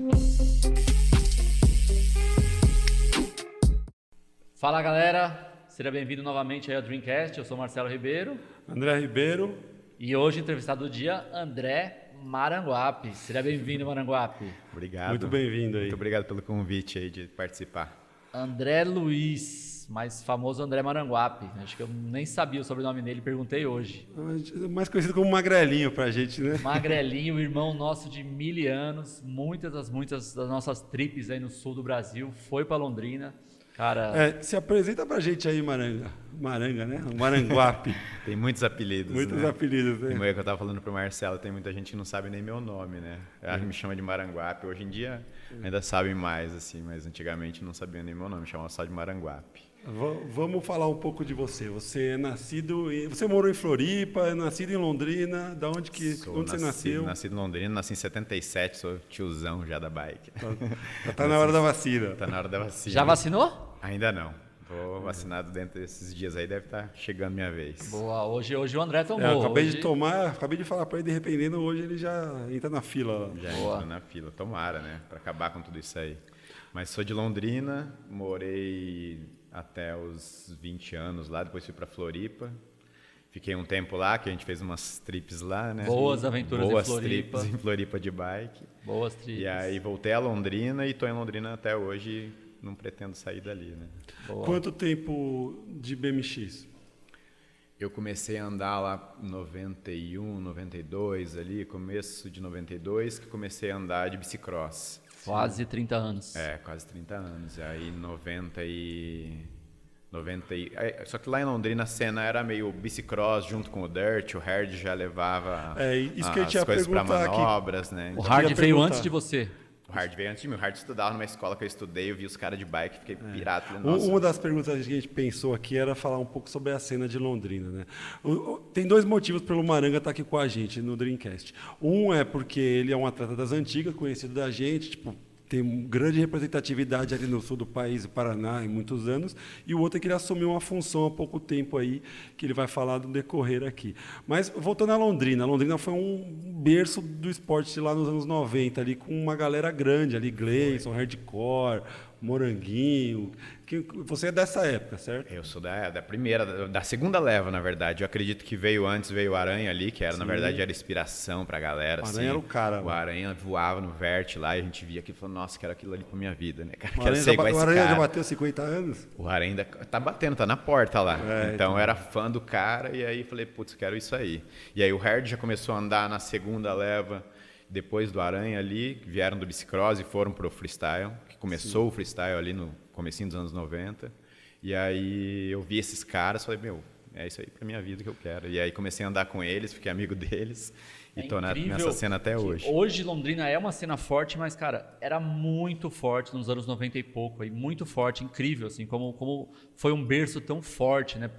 Fala galera, seja bem-vindo novamente aí ao Dreamcast, eu sou Marcelo Ribeiro. André Ribeiro. E hoje, entrevistado do dia, André Maranguape. Seja bem-vindo, Maranguape. Obrigado. Muito bem-vindo aí. Muito obrigado pelo convite aí de participar. André Luiz, mais famoso André Maranguape. Acho que eu nem sabia o sobrenome dele, perguntei hoje. Mais conhecido como Magrelinho pra gente, né? Magrelinho, irmão nosso de 1000 anos. Muitas das nossas trips aí no sul do Brasil foi para Londrina. Cara... Se apresenta pra gente aí, Maranga, né? Maranguape. Tem muitos apelidos, Muitos apelidos, né? Como é que eu tava falando pro Marcelo, tem muita gente que não sabe nem meu nome, né? Me chama de Maranguape. Hoje em dia ainda sabem mais, assim, mas antigamente não sabiam nem meu nome, chamavam só de Maranguape. Vamos falar um pouco de você. Você é nascido... Você morou em Floripa, é nascido em Londrina. Da onde você nasceu? Nascido em Londrina, nasci em 77, sou tiozão já da bike. Tá na hora da vacina. Tá na hora da vacina. Já vacinou? Ainda não. Tô vacinado dentro desses dias aí, deve estar chegando minha vez. Boa, hoje o André tomou. Eu acabei de falar pra ele, de repente, hoje ele já entra na fila. Já entra na fila, tomara, né? Pra acabar com tudo isso aí. Mas sou de Londrina, morei até os 20 anos lá, depois fui pra Floripa. Fiquei um tempo lá, que a gente fez umas trips lá, né? Boas aventuras em Floripa. Boas trips em Floripa de bike. Boas trips. E aí voltei a Londrina e tô em Londrina até hoje, não pretendo sair dali, né? Boa. Quanto tempo de BMX? Eu comecei a andar lá em 91, 92 ali, começo de 92, que comecei a andar de bicicross. Quase 30 anos. Quase 30 anos. Aí só que lá em Londrina a cena era meio bicicross junto com o dirt, o hard já levava as coisas para manobras, né? O hard veio antes de você. O hard veio antes de mim. O hard estudava numa escola que eu estudei, eu vi os caras de bike, fiquei pirata. Uma das perguntas que a gente pensou aqui era falar um pouco sobre a cena de Londrina, né? Tem dois motivos pelo Maranga estar aqui com a gente no Dreamcast. Um é porque ele é um atleta das antigas, conhecido da gente, tipo, tem grande representatividade ali no sul do país, Paraná, em muitos anos, e o outro é que ele assumiu uma função há pouco tempo aí, que ele vai falar do decorrer aqui. Mas, voltando a Londrina foi um berço do esporte lá nos anos 90, ali com uma galera grande, ali, Gleison, Hardcore, Moranguinho. Você é dessa época, certo? Eu sou da segunda leva, na verdade. Eu acredito que veio o Aranha ali, que era, na verdade, era inspiração pra galera. O Aranha era o cara. O Aranha voava no vert lá e a gente via aquilo e falou, nossa, quero aquilo ali pra minha vida, né? O Aranha já bateu 50 anos? O Aranha ainda tá batendo, tá na porta lá. Então eu era fã do cara e aí falei, putz, quero isso aí. E aí o hard já começou a andar na segunda leva, depois do Aranha ali, vieram do bicicross e foram pro freestyle, que começou o freestyle ali no comecinho dos anos 90. E aí eu vi esses caras, falei, é isso aí pra minha vida que eu quero. E aí comecei a andar com eles, fiquei amigo deles e tô nessa cena até hoje. Hoje Londrina é uma cena forte, mas, cara, era muito forte nos anos 90 e pouco, aí, muito forte, incrível, assim, como foi um berço tão forte, né?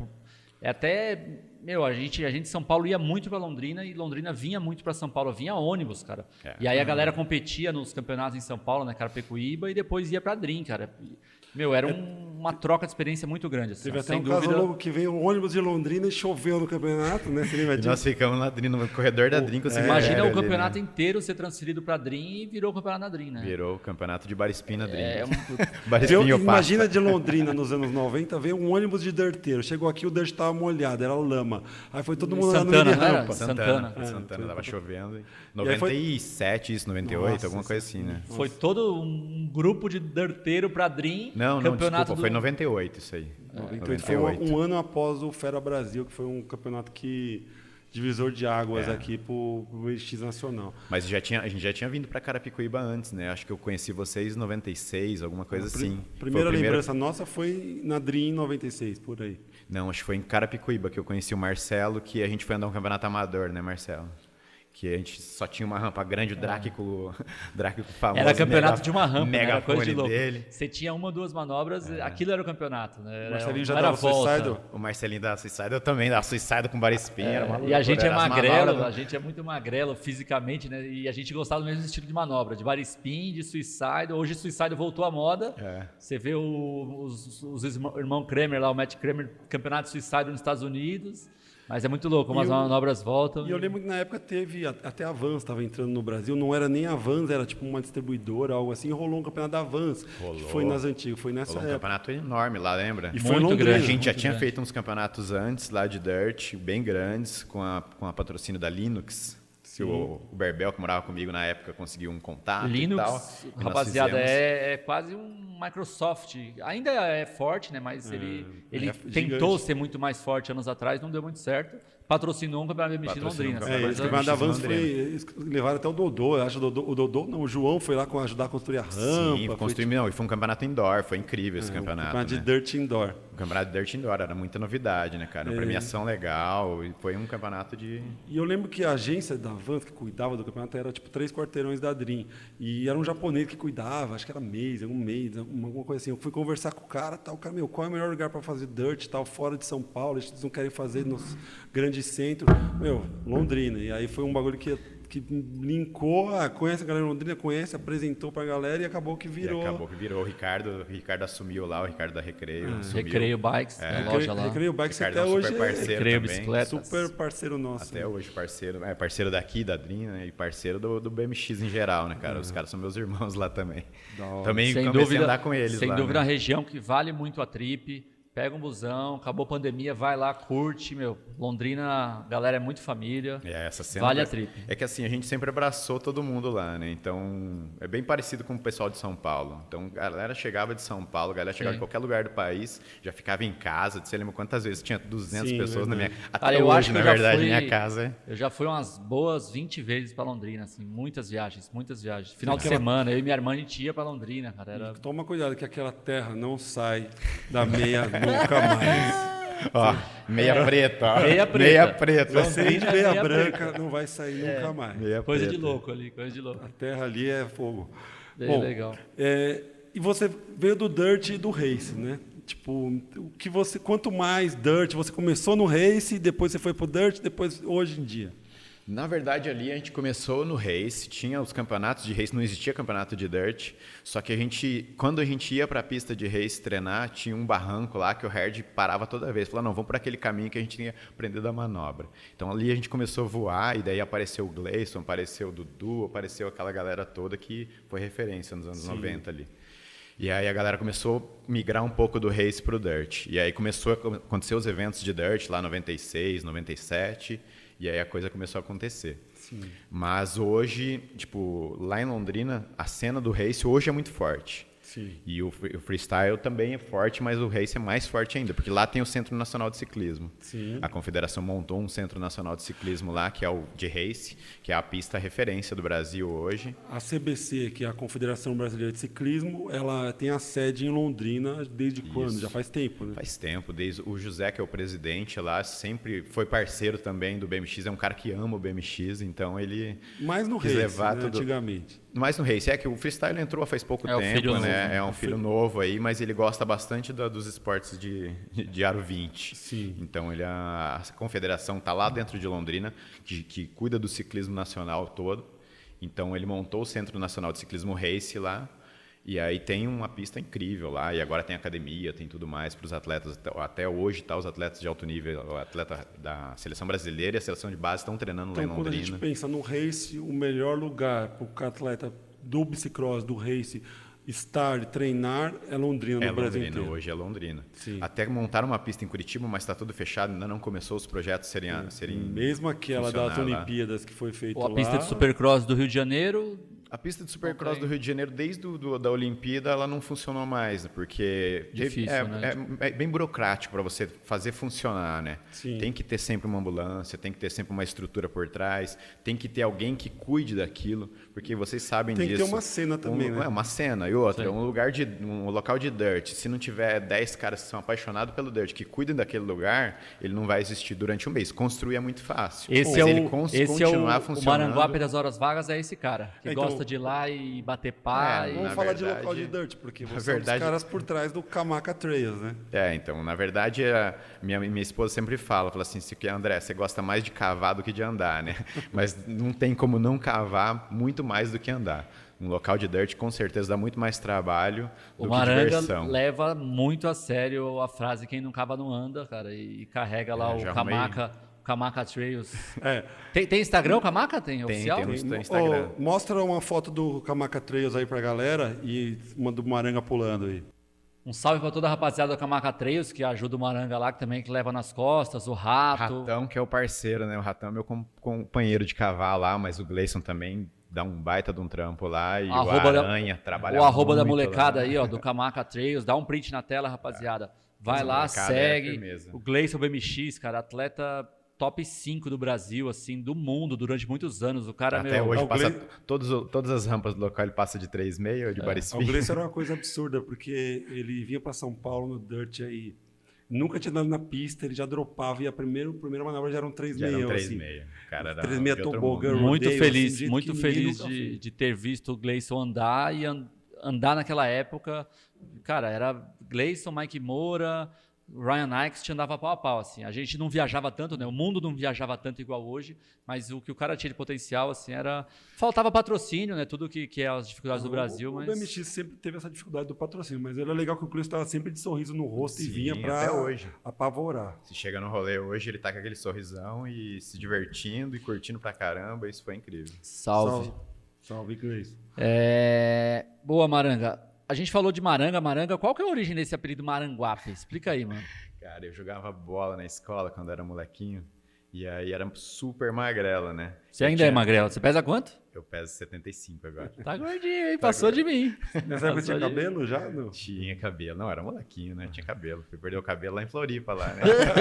A gente em São Paulo ia muito para Londrina e Londrina vinha muito para São Paulo, vinha ônibus, cara. E aí a galera competia nos campeonatos em São Paulo, né, Carapicuíba, e depois ia para Dream, cara. Era uma troca de experiência muito grande. Assim, teve até um caso logo que veio um ônibus de Londrina e choveu no campeonato, né? Você lembra disso? Nós ficamos no corredor da Dream. Imagina o campeonato inteiro ser transferido para Dream e virou o campeonato da Dream, né? Virou o campeonato de Barispim na Dream. Imagina de Londrina nos anos 90, veio um ônibus de dirteiro. Chegou aqui, o dirt estava molhado, era lama. Aí foi todo mundo andando de rampa. Santana, tava chovendo. 97, isso, 98, alguma coisa assim, né? Foi todo um grupo de dirteiro para Dream. Não, desculpa, foi 98 isso aí. 98. Foi um ano após o Fera Brasil, que foi um campeonato divisor de águas aqui pro BMX nacional. Mas a gente já tinha vindo para Carapicuíba antes, né? Acho que eu conheci vocês em 96, alguma coisa assim. Primeira lembrança nossa foi na Dream em 96, por aí. Não, acho que foi em Carapicuíba que eu conheci o Marcelo, que a gente foi andar um campeonato amador, né, Marcelo? Que a gente só tinha uma rampa grande, o Dráquico famoso. Era campeonato de uma rampa, era coisa de louco. Dele. Você tinha uma ou duas manobras, aquilo era o campeonato. Né? O Marcelinho já dava suicide? O Marcelinho dava suicide, eu também dava suicide com Barispim, era uma loucura. E a gente é magrelo, a gente é muito magrelo fisicamente, né? E a gente gostava do mesmo estilo de manobra, de Barispim, de suicide. Hoje suicide voltou à moda. Você vê os irmãos Kramer lá, o Matt Kramer, campeonato de suicide nos Estados Unidos. Mas é muito louco, como as manobras voltam. E eu lembro que na época teve, até a Vans estava entrando no Brasil, não era nem a Vans, era tipo uma distribuidora, algo assim, e rolou um campeonato da Vans, que foi nas antigas, foi nessa Rolou um época. campeonato enorme lá, lembra? E foi Muito Londrina. grande. A gente já muito tinha grande. feito uns campeonatos antes lá de Dirt, bem grandes, com a patrocínio da Linux. Que o Berbel, que morava comigo na época, conseguiu um contato e tal. Linux, E nós rapaziada, fizemos. é quase um Microsoft. Ainda é forte, né? Mas ele tentou gigante. ser muito mais forte anos atrás, não deu muito certo. Patrocinou um campeonato BMX em Patrocinou um Londrina. campeonato Esse Essa campeonato da Vans Londrina. eles levaram até o Dodô, eu acho o Dodô não, o João foi lá ajudar a construir a rampa. Sim, foi, construímos, não, e foi um campeonato indoor, foi incrível esse um campeonato. campeonato né? de Dirt Indoor. O campeonato de Dirt Indoor era muita novidade, né, cara? Uma premiação legal, e foi um campeonato de... E eu lembro que a agência da Vans que cuidava do campeonato era tipo 3 quarteirões da Dream. E era um japonês que cuidava, acho que era alguma coisa assim. Eu fui conversar com o cara, tal, o cara, qual é o melhor lugar para fazer dirt, tal, fora de São Paulo, eles não querem fazer nos grandes centros. Londrina. E aí foi um bagulho que linkou, conhece a galera de Londrina, apresentou pra galera e acabou que virou. O Ricardo assumiu lá, o Ricardo da Recreio. assumiu. Recreio Bikes, a loja lá. Recreio Bikes Ricardo até é um hoje super parceiro Recreio também. Bicicletas. super parceiro nosso. Até hoje, parceiro daqui, da Dream, né? E parceiro do BMX em geral, né, cara? Os caras são meus irmãos lá também. Da hora. Também Sem comecei dúvida, a andar com eles sem lá. dúvida, né? a região que vale muito a trip. Pega um busão, acabou a pandemia, vai lá, curte, Londrina, a galera é muito família. Essa cena Vale a trip. É que assim, a gente sempre abraçou todo mundo lá, né? Então, é bem parecido com o pessoal de São Paulo. Então, a galera chegava de São Paulo, a galera chegava Sim. de qualquer lugar do país, já ficava em casa. Você lembra quantas vezes tinha 200 Sim, pessoas na minha verdade. Até Cara, eu hoje, acho que na eu já verdade, fui- minha casa. Eu já fui umas boas 20 vezes pra Londrina, assim, muitas viagens. Final de Aquela- semana, eu e minha irmã, a gente ia pra Londrina, cara. Era... Toma cuidado que aquela terra não sai da meia nunca mais. Ó, meia preta, ó. Meia preta. Meia preta. Você de Londrina, meia meia branca preta. não vai sair nunca mais. Meia Coisa de preta. louco ali, coisa de louco. A terra ali é fogo. Bem legal. E você veio do dirt e do race, né? Tipo, quanto mais dirt, você começou no race, depois você foi pro dirt, depois hoje em dia. Na verdade, ali a gente começou no race, tinha os campeonatos de race, não existia campeonato de dirt, só que quando a gente ia para a pista de race treinar, tinha um barranco lá que o Herd parava toda vez, falava, não, vamos para aquele caminho que a gente tinha aprendido a manobra. Então ali a gente começou a voar, e daí apareceu o Gleison, apareceu o Dudu, apareceu aquela galera toda que foi referência nos anos 90 ali. E aí a galera começou a migrar um pouco do race para o dirt. E aí começou a acontecer os eventos de dirt lá 96, 97, e aí a coisa começou a acontecer. Sim. Mas hoje, tipo, lá em Londrina, a cena do race hoje é muito forte. Sim. E o freestyle também é forte, mas o race é mais forte ainda, porque lá tem o Centro Nacional de Ciclismo. Sim. A Confederação montou um Centro Nacional de Ciclismo lá, que é o de race, que é a pista referência do Brasil hoje. A CBC, que é a Confederação Brasileira de Ciclismo, ela tem a sede em Londrina desde quando? Isso. Já faz tempo, né? Faz tempo, desde o José, que é o presidente lá, sempre foi parceiro também do BMX, é um cara que ama o BMX, então ele Mais no quis race, levar né, tudo. antigamente. Mais no race, é que o freestyle entrou faz pouco É o tempo, filho novo, né? né? É um filho novo aí, mas ele gosta bastante dos esportes de aro 20. Sim. Então a confederação está lá dentro de Londrina, que cuida do ciclismo nacional todo. Então ele montou o Centro Nacional de Ciclismo Race lá. E aí tem uma pista incrível lá, e agora tem academia, tem tudo mais para os atletas. Até hoje os atletas de alto nível, o atleta da seleção brasileira e a seleção de base estão treinando lá em Então, quando a Londrina. gente pensa no race, o melhor lugar para o atleta do bicicross, do race, estar e treinar é Londrina, no Brasil Londrina, inteiro. hoje é Londrina. Sim. Até montaram uma pista em Curitiba, mas está tudo fechado, ainda não começou os projetos serem Mesmo aquela das funcionar lá. Olimpíadas que foi feita Ou a lá. pista de Supercross do Rio de Janeiro, A pista de Supercross Ok. do Rio de Janeiro, desde da Olimpíada, ela não funcionou mais, porque Difícil, né? é bem burocrático para você fazer funcionar, né? Sim. Tem que ter sempre uma ambulância, tem que ter sempre uma estrutura por trás, tem que ter alguém que cuide daquilo, porque vocês sabem Tem que disso. ter uma cena também, né? É uma cena e outra, um local de dirt. Se não tiver 10 caras que são apaixonados pelo dirt, que cuidem daquele lugar, ele não vai existir durante um mês. Construir é muito fácil. esse Mas é ele o continuar o funcionando. Maranguape das horas vagas, é esse cara, que Então- gosta de ir lá e bater pá. É, e... Vamos Na falar de verdade- local de dirt, porque na você é um dos verdade- caras por trás do Kamaka Trails, né? Então, na verdade, minha esposa sempre fala assim, André, você gosta mais de cavar do que de andar, né? Mas não tem como não cavar muito mais do que andar. Um local de dirt, com certeza, dá muito mais trabalho O do que Maranga diversão. leva muito a sério a frase quem não cava não anda, cara, e carrega lá o já Kamaka Kamaka Trails. É. Tem Instagram, o Kamaka? Tem oficial? Tem no Instagram. Mostra uma foto do Kamaka Trails aí pra galera e uma do Maranga pulando aí. Um salve pra toda a rapaziada do Kamaka Trails, que ajuda o Maranga lá, que também que leva nas costas, o Rato. Ratão, que é o parceiro, né? O Ratão é meu companheiro de cavalo lá, mas o Gleison também dá um baita de um trampo lá. E o Aranha trabalha o arroba da muito molecada lá. aí, ó, do Kamaka Trails. Dá um print na tela, rapaziada. Vai Essa lá, molecada segue. é firmeza. O Gleison BMX, cara, atleta top 5 do Brasil, assim, do mundo, durante muitos anos. O cara, Até meu... hoje, o passa Gle- todas as rampas do local, ele passa de 3,6 ou de O Barisfim. Gleison era uma coisa absurda, porque ele vinha para São Paulo no Dirt aí, nunca tinha dado na pista, ele já dropava e a primeira manobra já era um 3,6. Já era um assim. 3,6. Cara, era 3,6 de outro tobogã. mundo. Muito rodeio, feliz, assim, de jeito muito que ninguém feliz nunca fez. de ter visto o Gleison andar e andar naquela época. Cara, era Gleison, Mike Moura, Ryan Nykst andava pau a pau, assim. A gente não viajava tanto, né? O mundo não viajava tanto igual hoje, mas o que o cara tinha de potencial, assim, era... Faltava patrocínio, né? Tudo que é as dificuldades do Brasil, O mas... BMX sempre teve essa dificuldade do patrocínio, mas era legal que o Gleison estava sempre de sorriso no rosto e Sim, vinha até para hoje. apavorar. Se chega no rolê hoje, ele tá com aquele sorrisão e se divertindo e curtindo pra caramba. Isso foi incrível. Salve. Salve, Gleison. Boa, Maranga. A gente falou de Maranga. Qual que é a origem desse apelido Maranguape? Explica aí, mano. Cara, eu jogava bola na escola quando era molequinho. E aí era super magrela, né? Você ainda é magrelo. Você pesa quanto? Eu peso 75 agora. Tá gordinho, hein? Passou de mim. Nessa época tinha Passou de- cabelo já? Não? Tinha cabelo. Não, era molequinho, né? Tinha cabelo. Fui perder o cabelo lá em Floripa, lá, né?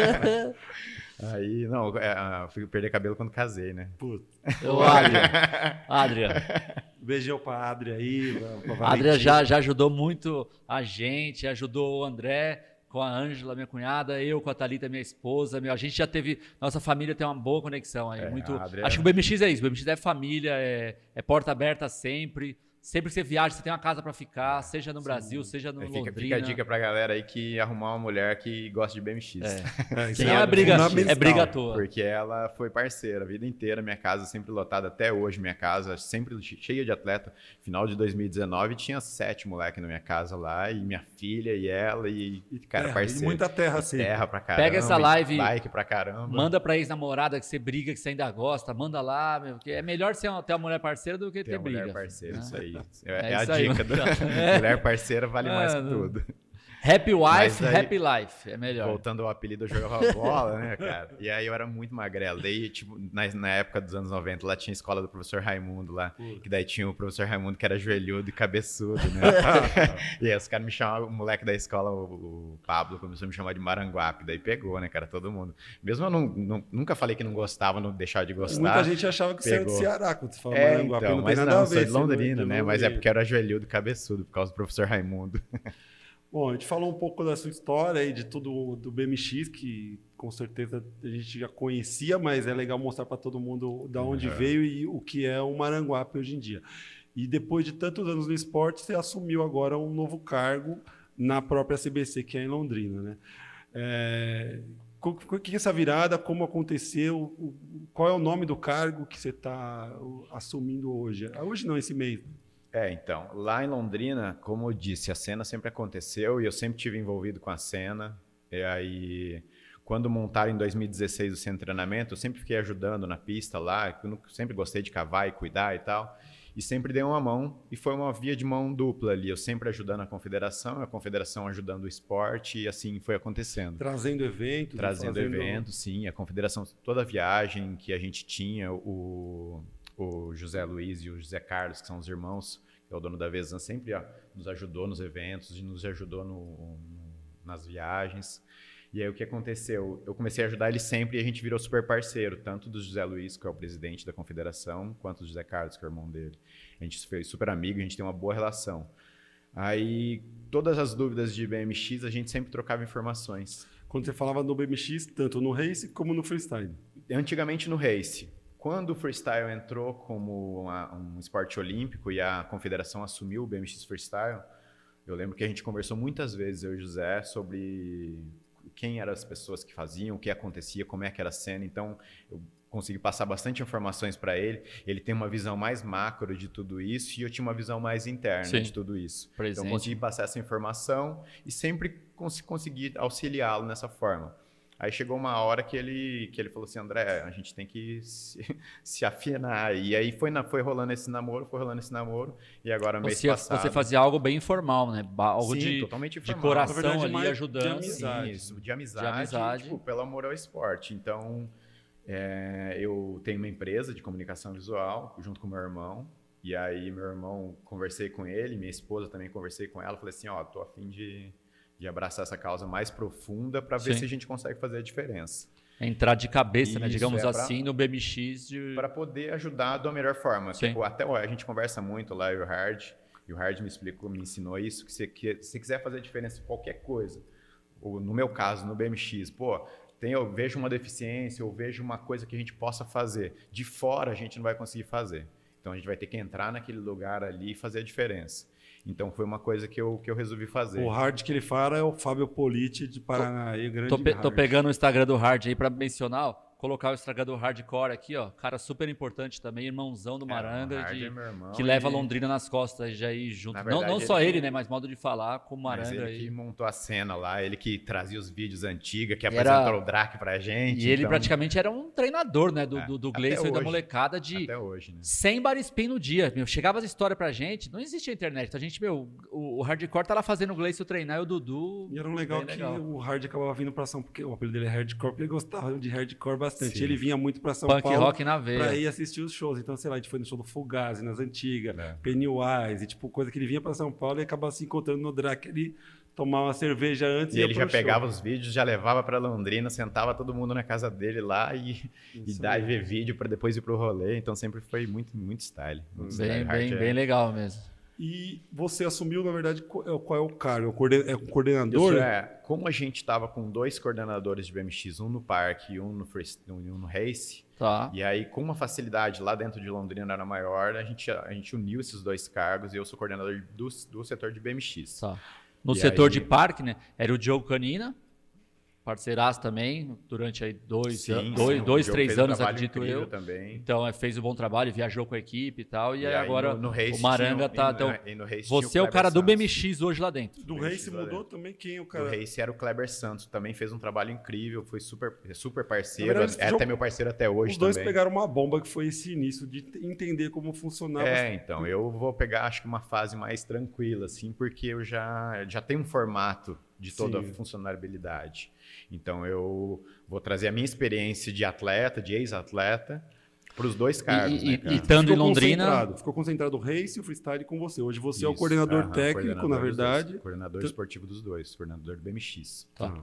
Aí, não, fui perder cabelo quando casei, né? Putz. Ô, Adrian. Beijão pra Adria aí. Pra A Adria Valentina. já ajudou muito a gente, ajudou o André com a Ângela, minha cunhada, eu com a Thalita, minha esposa. A gente já teve, nossa família tem uma boa conexão aí. a Adria- Acho que o BMX é isso, o BMX é família, é porta aberta sempre. Sempre que você viaja, você tem uma casa pra ficar, seja no Brasil, seja no Aí Londrina. fica a dica pra galera aí que arrumar uma mulher que gosta de BMX. Isso Senão é briga à toa. Porque ela foi parceira a vida inteira, minha casa sempre lotada até hoje, minha casa sempre cheia de atleta. Final de 2019 tinha 7 moleques na minha casa lá, e minha filha e ela, e cara, terra, parceiro. e muita terra, assim. Terra pra caramba. Pega essa live, bike pra caramba. Manda pra ex-namorada que você briga, que você ainda gosta, manda lá, meu, porque é melhor ter uma mulher parceira do que Ter ter uma briga. mulher parceira, isso aí. É É a isso aí, dica. mano. Mulher parceira vale mais que Mano. tudo. Happy Mas wife, aí- happy life, é melhor. Voltando ao apelido, eu jogava bola, né, cara? E aí eu era muito magrelo. Daí, tipo, na época dos anos 90, lá tinha a escola do professor Raimundo lá. Que daí tinha o professor Raimundo que era joelhudo e cabeçudo, né? E aí os caras me chamavam, o moleque da escola, o Pablo, começou a me chamar de Maranguape. Daí pegou, né, cara? Todo mundo. Mesmo eu nunca falei que não gostava, não deixava de gostar. Muita gente achava que você era de Pegou. Ceará, quando você fala É, Maranguape. então, Não tem mas nada a não, ver. sou de você não é Londrina, né? Mas é Londrina. porque eu era joelhudo e cabeçudo, por causa do professor Raimundo. Bom, a gente falou um pouco da sua história e de tudo do BMX, que com certeza a gente já conhecia, mas é legal mostrar para todo mundo da onde veio e o que é o Maranguape hoje em dia. E depois de tantos anos no esporte, você assumiu agora um novo cargo na própria CBC, que é em Londrina, né? O que é essa virada? Como aconteceu? Qual é o nome do cargo que você está assumindo hoje? Hoje não, esse mês. Então, lá em Londrina, como eu disse, a cena sempre aconteceu e eu sempre tive envolvido com a cena. E aí, quando montaram em 2016 o centro de treinamento, eu sempre fiquei ajudando na pista lá, eu sempre gostei de cavar e cuidar e tal. E sempre dei uma mão, e foi uma via de mão dupla ali. Eu sempre ajudando a confederação ajudando o esporte, e assim foi acontecendo. Trazendo eventos. Trazendo eventos, sim. A confederação, toda a viagem que a gente tinha, o José Luiz e o José Carlos, que são os irmãos, que é o dono da Vezan, sempre nos ajudou nos eventos, nos ajudou nas viagens. E aí o que aconteceu? Eu comecei a ajudar ele sempre e a gente virou super parceiro, tanto do José Luiz, que é o presidente da confederação, quanto do José Carlos, que é o irmão dele. A gente foi super amigo, a gente tem uma boa relação. Aí, todas as dúvidas de BMX, a gente sempre trocava informações. Quando você falava no BMX, tanto no race como no freestyle. Antigamente no race. Quando o freestyle entrou como um esporte olímpico e a confederação assumiu o BMX Freestyle, eu lembro que a gente conversou muitas vezes, eu e o José, sobre quem eram as pessoas que faziam, o que acontecia, como é que era a cena. Então, eu consegui passar bastante informações para ele. Ele tem uma visão mais macro de tudo isso e eu tinha uma visão mais interna Sim. de tudo isso. Presente. Então, eu consegui passar essa informação e sempre consegui auxiliá-lo nessa forma. Aí chegou uma hora que ele falou assim, André, a gente tem que se afinar. E aí foi rolando esse namoro, e agora mês passado... Você fazia algo bem informal, né? Algo Sim, de, totalmente de informal. coração verdade, ali mais ajudando. de amizade. Isso, de amizade. Tipo, pelo amor ao esporte. Então, eu tenho uma empresa de comunicação visual, junto com meu irmão. E aí, meu irmão, conversei com ele, minha esposa também conversei com ela. Falei assim, tô a fim de abraçar essa causa mais profunda para ver se a gente consegue fazer a diferença. Entrar de cabeça, né? Isso, Digamos assim, no BMX. Para poder ajudar da melhor forma. Sim. Tipo, até a gente conversa muito lá, eu e o Hard me ensinou isso, que se quiser fazer a diferença em qualquer coisa, ou no meu caso, no BMX, eu vejo uma deficiência, ou vejo uma coisa que a gente possa fazer. De fora a gente não vai conseguir fazer. Então a gente vai ter que entrar naquele lugar ali e fazer a diferença. Então foi uma coisa que eu resolvi fazer. O Hard que ele fala é o Fábio Politi de Paraná. Tô pegando o Instagram do Hard aí para mencionar, colocar o Instagram do Hardcore aqui, ó. Cara super importante também, irmãozão do Maranga, meu irmão, que leva Londrina nas costas já aí junto. Verdade, não só ele, né, mas modo de falar com o Maranga ele aí. que montou a cena lá, ele que trazia os vídeos antigos, que apresentou o Drac pra gente. E ele praticamente era um treinador, né, do Gleison e da hoje. molecada de até hoje, né? 100 bar spin no dia. Meu, chegava as histórias pra gente, não existia internet. Então a gente, o Hardcore tá lá fazendo o Gleison treinar e o Dudu. E era um legal que o Hard acabava vindo pra São Paulo, porque o apelido dele é Hardcore, porque ele gostava de Hardcore bastante. Sim. Ele vinha muito pra São Punk Paulo rock na veia. pra ir assistir os shows. Então, sei lá, a gente foi no show do Fugazi, nas antigas, Pennywise, e tipo, coisa que ele vinha pra São Paulo e acabava se encontrando no Drac. Ele tomava uma cerveja antes e ele já pegava show. Os vídeos, já levava pra Londrina, sentava todo mundo na casa dele lá e ver vídeo pra depois ir pro rolê. Então sempre foi muito style. Bem legal mesmo. E você assumiu, na verdade, qual é o cargo? É um coordenador? Como a gente estava com 2 coordenadores de BMX, um no parque e um no race, Tá. e aí com uma facilidade lá dentro de Londrina era maior, a gente uniu esses 2 cargos e eu sou coordenador do setor de BMX. Tá. No E setor aí- de parque, né, era o Diogo Canina, parceiraço também, durante aí dois, três anos, acredito eu. Também. Então, fez um bom trabalho, viajou com a equipe e tal. E aí aí agora no race o Maranga tinha- tá... e no race Você tinha é o o cara Kleber do Santos. BMX hoje lá dentro. Do Race mudou também? Quem é o cara? Do race era o Kleber Santos, também fez um trabalho incrível, foi super Na parceiro, verdade, é até meu parceiro até hoje Os dois também. pegaram uma bomba que foi esse início de entender como funcionava. Então, eu vou pegar, acho que uma fase mais tranquila, assim, porque eu já tenho um formato de toda a funcionalidade. Então, eu vou trazer a minha experiência de atleta, de ex-atleta, para os 2 cargos, né, cara? E estando em Londrina... Ficou concentrado o Race e o Freestyle com você. Hoje você é o coordenador técnico, na verdade. Coordenador esportivo dos 2, coordenador do BMX. Tá.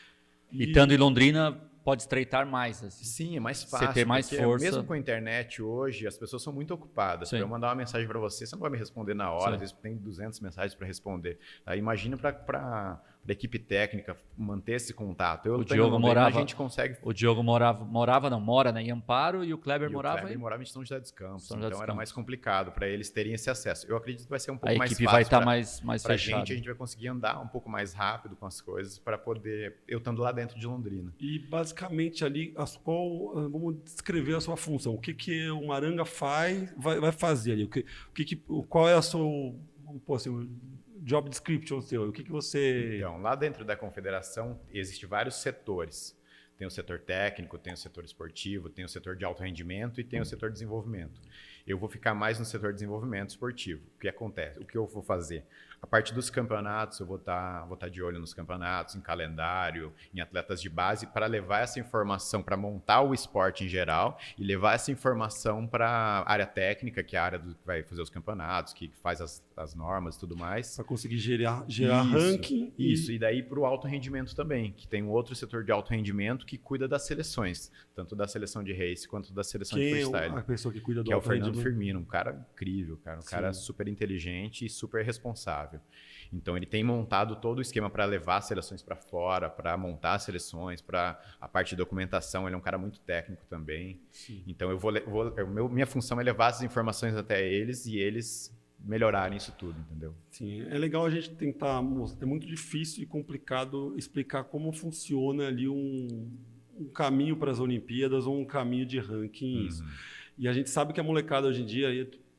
E estando em Londrina, pode estreitar mais. Assim. Sim, é mais fácil. Você ter mais porque força. Mesmo com a internet hoje, as pessoas são muito ocupadas. Para eu mandar uma mensagem para você, você não vai me responder na hora. Sim. Às vezes tem 200 mensagens para responder. Aí imagina para a equipe técnica manter esse contato. O Diogo morava... A gente consegue... O Diogo mora, né, em Amparo, e o Kleber morava o Kleber morava em São José dos Campos. São José dos Então era Campos. mais complicado para eles terem esse acesso. Eu acredito que vai ser um pouco A mais equipe fácil. vai estar mais pra fechada. a gente vai conseguir andar um pouco mais rápido com as coisas para poder... Eu estando lá dentro de Londrina. E basicamente ali, vamos descrever a sua função. O que o Maranga vai fazer ali? Qual é a sua, vamos pôr assim, o job description seu? O que você... Então, lá dentro da confederação, existem vários setores. Tem o setor técnico, tem o setor esportivo, tem o setor de alto rendimento e tem o setor de desenvolvimento. Eu vou ficar mais no setor de desenvolvimento esportivo. O que acontece? O que eu vou fazer? A partir dos campeonatos, eu vou estar de olho nos campeonatos, em calendário, em atletas de base, para levar essa informação, para montar o esporte em geral e levar essa informação para a área técnica, que é a área que vai fazer os campeonatos, que faz as normas e tudo mais. Para conseguir gerar ranking. Isso, e daí para o alto rendimento também, que tem um outro setor de alto rendimento que cuida das seleções, tanto da seleção de race quanto da seleção de freestyle. É a pessoa que cuida do que é o alto Fernando rendimento? Firmino, um cara incrível, cara, cara super inteligente e super responsável. Então ele tem montado todo o esquema para levar as seleções para fora, para montar as seleções, para a parte de documentação. Ele é um cara muito técnico também. Sim. Então minha função é levar essas informações até eles e eles melhorarem isso tudo, entendeu? Sim, é legal a gente tentar mostrar. É muito difícil e complicado explicar como funciona ali um caminho para as Olimpíadas ou um caminho de ranking. E a gente sabe que a molecada hoje em dia,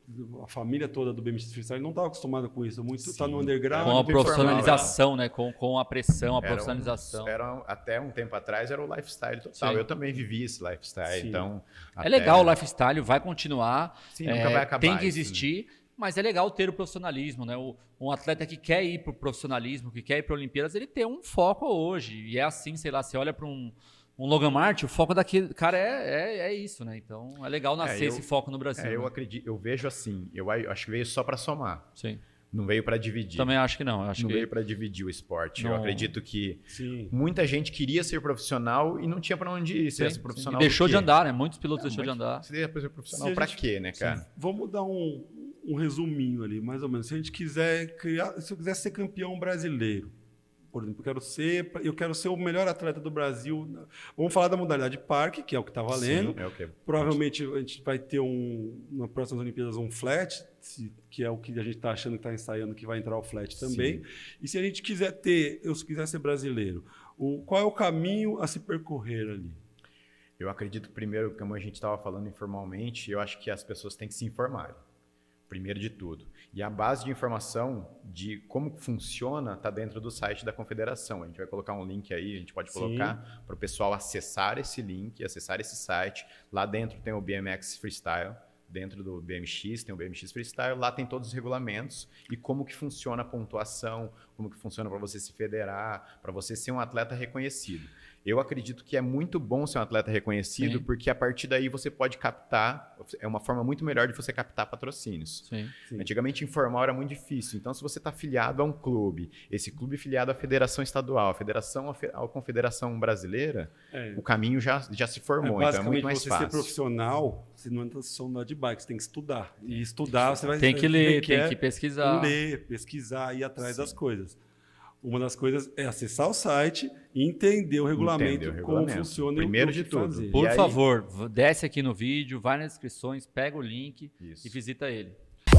a família toda do BMX Freestyle não estava acostumada com isso. Muito está no underground. Com a muito informal. profissionalização, né? Com a pressão, a profissionalização. Até um tempo atrás era o lifestyle total. Sim. Eu também vivi esse lifestyle. Sim. Então, É legal o lifestyle, vai continuar. Sim, nunca vai acabar tem que isso, existir, mas é legal ter o profissionalismo, né? Um atleta que quer ir para o profissionalismo, que quer ir para Olimpíadas, ele tem um foco hoje. E é assim, sei lá, você olha para um Logan Martin, o foco daquele cara é isso, né? Então é legal nascer esse foco no Brasil. Eu né? acredito, eu vejo assim, eu acho que veio só para somar. Sim. Não veio para dividir. Também acho que não. Acho não que veio para dividir o esporte. Não. Eu acredito que Sim. muita gente queria ser profissional e não tinha para onde ir. Ser profissional e deixou do de quê? andar, né? Muitos pilotos deixou de andar. Você deixa para ser profissional Se a para gente- quê, né, cara? Vamos dar um resuminho ali, mais ou menos. Se a gente quiser criar, se eu quiser ser campeão brasileiro, por exemplo, eu quero ser o melhor atleta do Brasil. Vamos falar da modalidade parque, que é o que está valendo. Sim, é o que Provavelmente a gente vai ter nas próximas Olimpíadas um flat, que é o que a gente está achando que está ensaiando que vai entrar o flat também. E se a gente quiser se quiser ser brasileiro, qual é o caminho a se percorrer ali? Eu acredito, primeiro, como a gente estava falando informalmente, eu acho que as pessoas têm que se informarem, primeiro de tudo. E a base de informação de como funciona está dentro do site da confederação. A gente vai colocar um link aí, a gente pode colocar para o pessoal acessar esse link, acessar esse site. Lá dentro tem o BMX Freestyle, dentro do BMX tem o BMX Freestyle, lá tem todos os regulamentos e como que funciona a pontuação, como que funciona para você se federar, para você ser um atleta reconhecido. Eu acredito que é muito bom ser um atleta reconhecido, porque a partir daí você pode captar, é uma forma muito melhor de você captar patrocínios. Sim. Antigamente informal era muito difícil, então se você está filiado a um clube, esse clube filiado à federação estadual, à confederação brasileira, o caminho já se formou, então é muito mais você fácil. ser profissional, você não entra só no de bike, você tem que estudar. E estudar, você vai Tem que ler, tem requer que pesquisar. ler, pesquisar, ir atrás das coisas. Uma das coisas é acessar o site e entender o regulamento, como funciona primeiro e o de que tudo. fazer. Por E aí- favor, desce aqui no vídeo, vai nas descrições, pega o link Isso. e visita ele.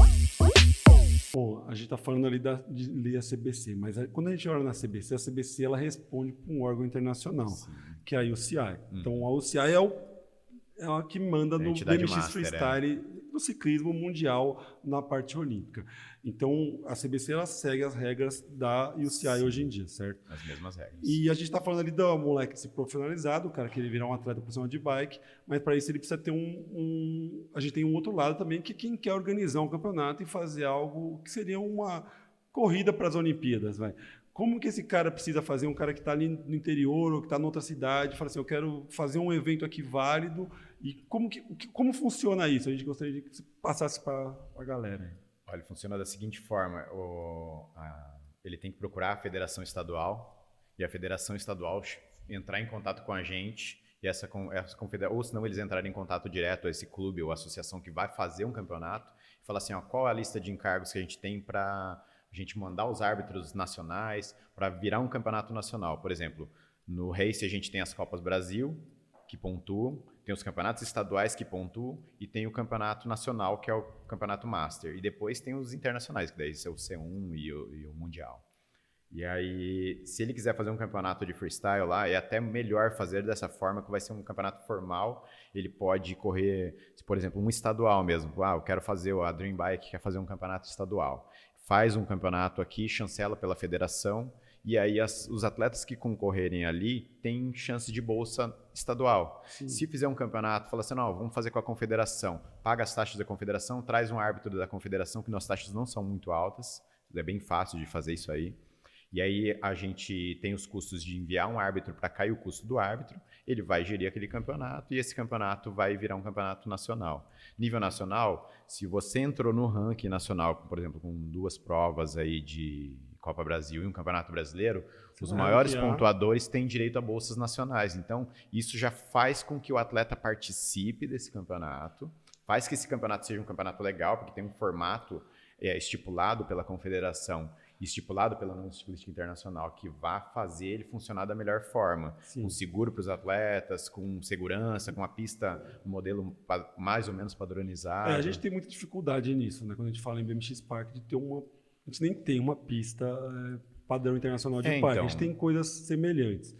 Bom, a gente está falando ali de ler a CBC, mas quando a gente olha na CBC, a CBC ela responde para um órgão internacional, que é a UCI. Então, a UCI é a que manda no entidade BMX master, Freestyle no ciclismo mundial na parte olímpica. Então, a CBC ela segue as regras da UCI hoje em dia, certo? As mesmas regras. E a gente está falando ali do moleque se profissionalizado, o cara querer virar um atleta profissional de bike, mas para isso ele precisa ter a gente tem um outro lado também, que é quem quer organizar um campeonato e fazer algo que seria uma corrida para as Olimpíadas, vai. Como que esse cara precisa fazer, um cara que está ali no interior ou que está em outra cidade, fala assim, eu quero fazer um evento aqui válido, e como funciona isso? A gente gostaria de que você passasse para a galera. Olha, funciona da seguinte forma, ele tem que procurar a federação estadual e a federação estadual entrar em contato com a gente e essa confederação, ou senão eles entrarem em contato direto a esse clube ou associação que vai fazer um campeonato e falar assim, qual é a lista de encargos que a gente tem para a gente mandar os árbitros nacionais para virar um campeonato nacional. Por exemplo, no Race a gente tem as Copas Brasil, que pontuam, tem os campeonatos estaduais que pontuam e tem o campeonato nacional, que é o campeonato Master. E depois tem os internacionais, que daí é o C1 e o Mundial. E aí, se ele quiser fazer um campeonato de freestyle lá, é até melhor fazer dessa forma, que vai ser um campeonato formal. Ele pode correr, por exemplo, um estadual mesmo. Eu quero fazer, a Dream Bike quer fazer um campeonato estadual. Faz um campeonato aqui, chancela pela federação, e aí os atletas que concorrerem ali têm chance de bolsa estadual. Sim. Se fizer um campeonato, fala assim, não, vamos fazer com a confederação, paga as taxas da confederação, traz um árbitro da confederação, que nossas taxas não são muito altas, é bem fácil de fazer isso aí. E aí a gente tem os custos de enviar um árbitro para cá e o custo do árbitro, ele vai gerir aquele campeonato e esse campeonato vai virar um campeonato nacional. Nível nacional, se você entrou no ranking nacional, por exemplo, com 2 provas aí de Copa Brasil e um campeonato brasileiro, os maiores pontuadores têm direito a bolsas nacionais. Então, isso já faz com que o atleta participe desse campeonato, faz que esse campeonato seja um campeonato legal, porque tem um formato estipulado pela confederação, estipulado pela União Ciclística Internacional, que vai fazer ele funcionar da melhor forma. Sim. Com seguro para os atletas, com segurança, com a pista, um modelo mais ou menos padronizado. A gente tem muita dificuldade nisso, né? Quando a gente fala em BMX Park, de ter a gente nem tem uma pista padrão internacional de parque. A gente tem coisas semelhantes.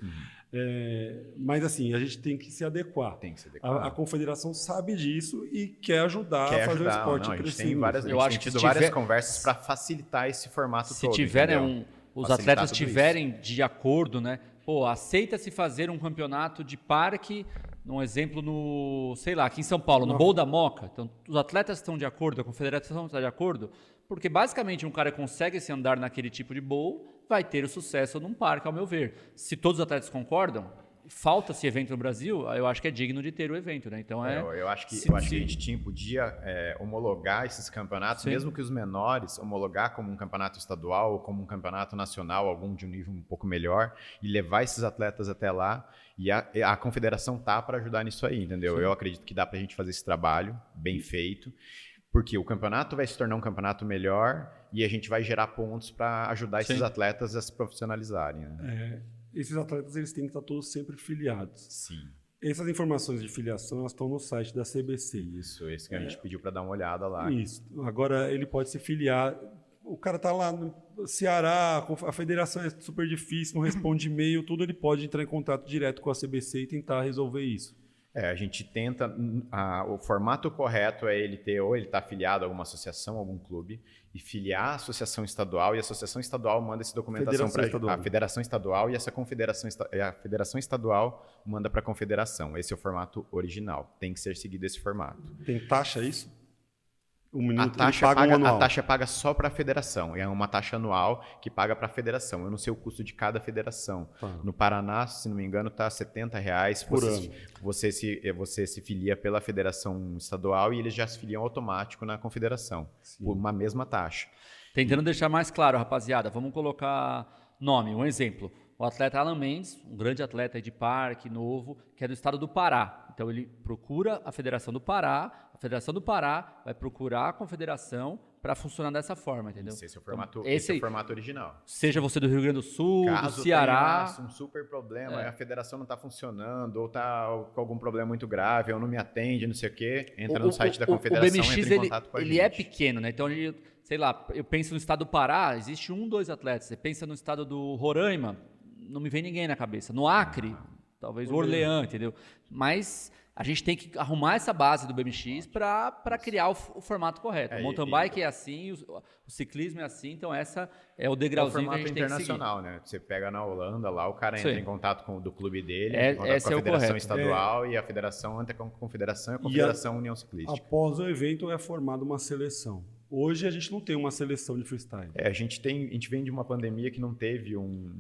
Mas assim, a gente tem que se adequar. Tem que se adequar. A confederação sabe disso e quer ajudar a fazer o esporte não, a gente crescer. tem várias, Eu acho que tido várias conversas para facilitar esse formato todo. Se tiver, os Facilitar atletas tudo tiverem de acordo, né? Pô, aceita-se fazer um campeonato de parque, um exemplo sei lá, aqui em São Paulo, no Bowl da Moca. Então, os atletas estão de acordo, a confederação está de acordo, porque basicamente um cara consegue se andar naquele tipo de bowl, vai ter o sucesso num parque, ao meu ver. Se todos os atletas concordam, falta-se evento no Brasil, eu acho que é digno de ter o evento, né? Então eu acho que a gente podia homologar esses campeonatos, Sim. mesmo que os menores, homologar como um campeonato estadual ou como um campeonato nacional, algum de um nível um pouco melhor, e levar esses atletas até lá. E a confederação tá para ajudar nisso aí, entendeu? Sim. Eu acredito que dá para a gente fazer esse trabalho bem feito, porque o campeonato vai se tornar um campeonato melhor e a gente vai gerar pontos para ajudar esses atletas a se profissionalizarem. Né? Esses atletas eles têm que estar todos sempre filiados. Sim. Essas informações de filiação elas estão no site da CBC. Isso, esse que a gente pediu para dar uma olhada lá. Isso. Agora ele pode se filiar. O cara está lá no Ceará, a federação é super difícil, não responde e-mail, tudo, ele pode entrar em contato direto com a CBC e tentar resolver isso. A gente tenta, o formato correto é ele tá afiliado a alguma associação, algum clube, e filiar a associação estadual, e a associação estadual manda essa documentação para a federação estadual, e essa a federação estadual manda para a confederação. Esse é o formato original, tem que ser seguido esse formato. Tem taxa isso? A taxa paga só para a federação, é uma taxa anual que paga para a federação. Eu não sei o custo de cada federação. No Paraná, se não me engano, está R$ 70 por ano. Você se filia pela federação estadual e eles já se filiam automático na confederação, por uma mesma taxa. Tentando deixar mais claro, rapaziada, vamos colocar nome, um exemplo. O atleta Alan Mendes, um grande atleta de parque, novo, que é do estado do Pará. Então ele procura a Federação do Pará, a Federação do Pará vai procurar a confederação para funcionar dessa forma, entendeu? Esse é o formato, então, esse é o formato original. Seja você do Rio Grande do Sul, Caso do Ceará. Tenha um super problema, a federação não está funcionando, ou está com algum problema muito grave, ou não me atende, não sei o quê, entra no site da confederação, o BMX, entra em contato com a gente. Ele é pequeno, né? Então, sei lá, eu penso no estado do Pará, existe 2 atletas. Você pensa no estado do Roraima, não me vem ninguém na cabeça. No Acre, talvez o Orleans, entendeu? Mas a gente tem que arrumar essa base do BMX para criar o formato correto. O mountain bike é assim, o ciclismo é assim, então essa é o degrauzinho que a gente tem que seguir. Internacional, né? Você pega na Holanda lá, o cara entra em contato com do clube dele, com a federação estadual e a federação entra com a confederação e a confederação União Ciclística. Após o evento é formada uma seleção. Hoje a gente não tem uma seleção de freestyle. A gente vem de uma pandemia que não teve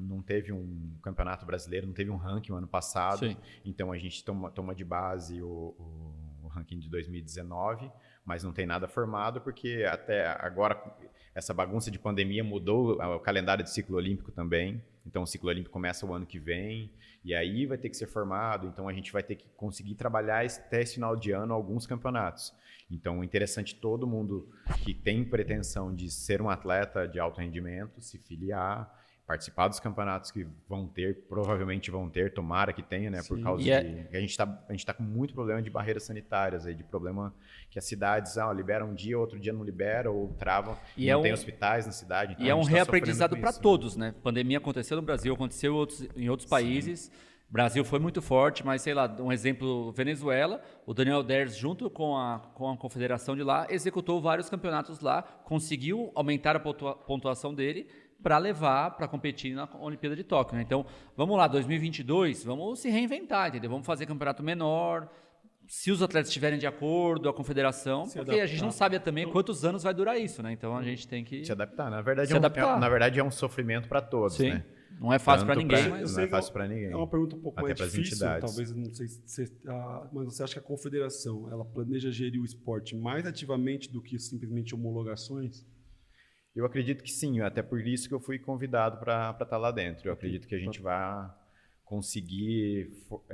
um campeonato brasileiro, não teve um ranking no ano passado. Sim. Então a gente toma de base o ranking de 2019, mas não tem nada formado porque até agora essa bagunça de pandemia mudou o calendário de ciclo olímpico também. Então o ciclo olímpico começa o ano que vem e aí vai ter que ser formado. Então a gente vai ter que conseguir trabalhar até esse final de ano alguns campeonatos. Então, é interessante todo mundo que tem pretensão de ser um atleta de alto rendimento se filiar, participar dos campeonatos que provavelmente vão ter, tomara que tenha, né? Sim. Por causa a gente tá com muito problema de barreiras sanitárias, de problema que as cidades liberam um dia, outro dia não libera, ou travam, não tem hospitais na cidade. Então e é um reaprendizado para todos, né? A pandemia aconteceu no Brasil, aconteceu em outros países. O Brasil foi muito forte, mas, sei lá, um exemplo, Venezuela, o Daniel Ders, junto com a confederação de lá, executou vários campeonatos lá, conseguiu aumentar a pontuação dele para levar, para competir na Olimpíada de Tóquio. Né? Então, vamos lá, 2022, vamos se reinventar, entendeu? Vamos fazer campeonato menor, se os atletas estiverem de acordo, a confederação, porque a gente não sabe também quantos anos vai durar isso, né? Então, a gente tem que se adaptar. Na verdade, é um sofrimento para todos, Sim. né? Não é fácil para ninguém, mas não é fácil para ninguém. É uma pergunta um pouco mais difícil, talvez, não sei se mas você acha que a confederação ela planeja gerir o esporte mais ativamente do que simplesmente homologações? Eu acredito que sim, até por isso que eu fui convidado para estar lá dentro. Eu acredito que a gente vai conseguir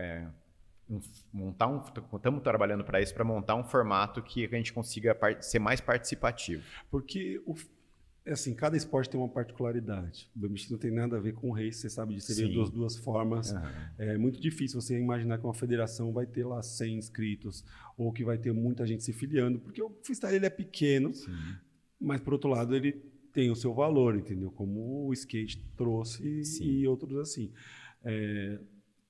montar estamos trabalhando para isso, para montar um formato que a gente consiga ser mais participativo. Porque assim, cada esporte tem uma particularidade. O BMX não tem nada a ver com o race, você sabe disso, você vê das duas formas. Uhum. É muito difícil você imaginar que uma federação vai ter lá 100 inscritos ou que vai ter muita gente se filiando, porque o freestyle ele é pequeno, sim, mas, por outro lado, ele tem o seu valor, entendeu? Como o skate trouxe, sim, e outros assim.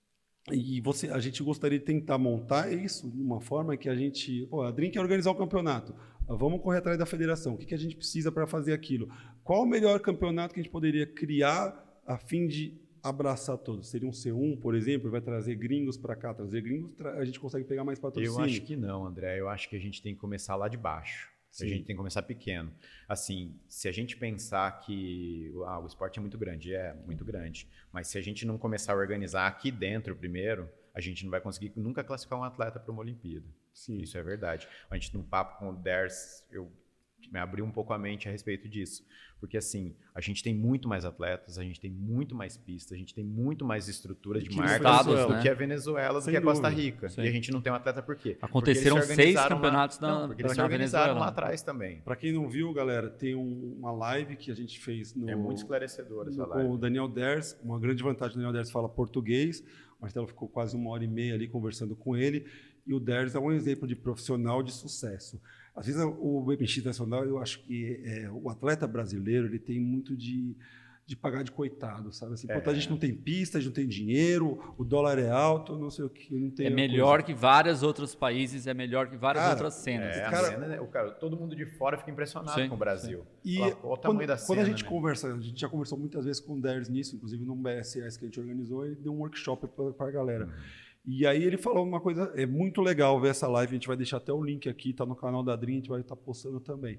E a gente gostaria de tentar montar isso de uma forma que a gente... Pô, a Dream quer organizar o campeonato. Vamos correr atrás da federação. O que a gente precisa para fazer aquilo? Qual o melhor campeonato que a gente poderia criar a fim de abraçar todos? Seria um C1, por exemplo, vai trazer gringos para cá. Trazer gringos, a gente consegue pegar mais patrocínio. Eu acho que não, André. Eu acho que a gente tem que começar lá de baixo. Sim. A gente tem que começar pequeno. Assim, se a gente pensar que o esporte é muito grande, mas se a gente não começar a organizar aqui dentro primeiro, a gente não vai conseguir nunca classificar um atleta para uma Olimpíada. Sim. Isso é verdade. A gente, num papo com o Ders, eu me abri um pouco a mente a respeito disso. Porque, assim, a gente tem muito mais atletas, a gente tem muito mais pistas, a gente tem muito mais estrutura de marcas do que a Venezuela, do que a Costa Rica. Sim. E a gente não tem um atleta por quê? Aconteceram 6 campeonatos porque eles se organizaram lá atrás também. Para quem não viu, galera, tem uma live que a gente fez é muito esclarecedora essa live. Com o Daniel Ders. Uma grande vantagem do Daniel Ders fala português. O Marcelo ficou quase 1h30 ali conversando com ele. E o Ders é um exemplo de profissional de sucesso. Às vezes o BMX nacional, eu acho que o atleta brasileiro ele tem muito de pagar de coitado, sabe? Assim, a gente não tem pista, a gente não tem dinheiro, o dólar é alto, não sei o que, não tem. É melhor que vários outros países, é melhor que várias outras cenas. Todo mundo de fora fica impressionado com o Brasil. E olha o tamanho da cena. Quando a gente conversa, a gente já conversou muitas vezes com o Ders nisso, inclusive num BSS que a gente organizou, ele deu um workshop para a galera. E aí ele falou uma coisa, é muito legal ver essa live, a gente vai deixar até o link aqui, está no canal da Dream, a gente vai estar postando também.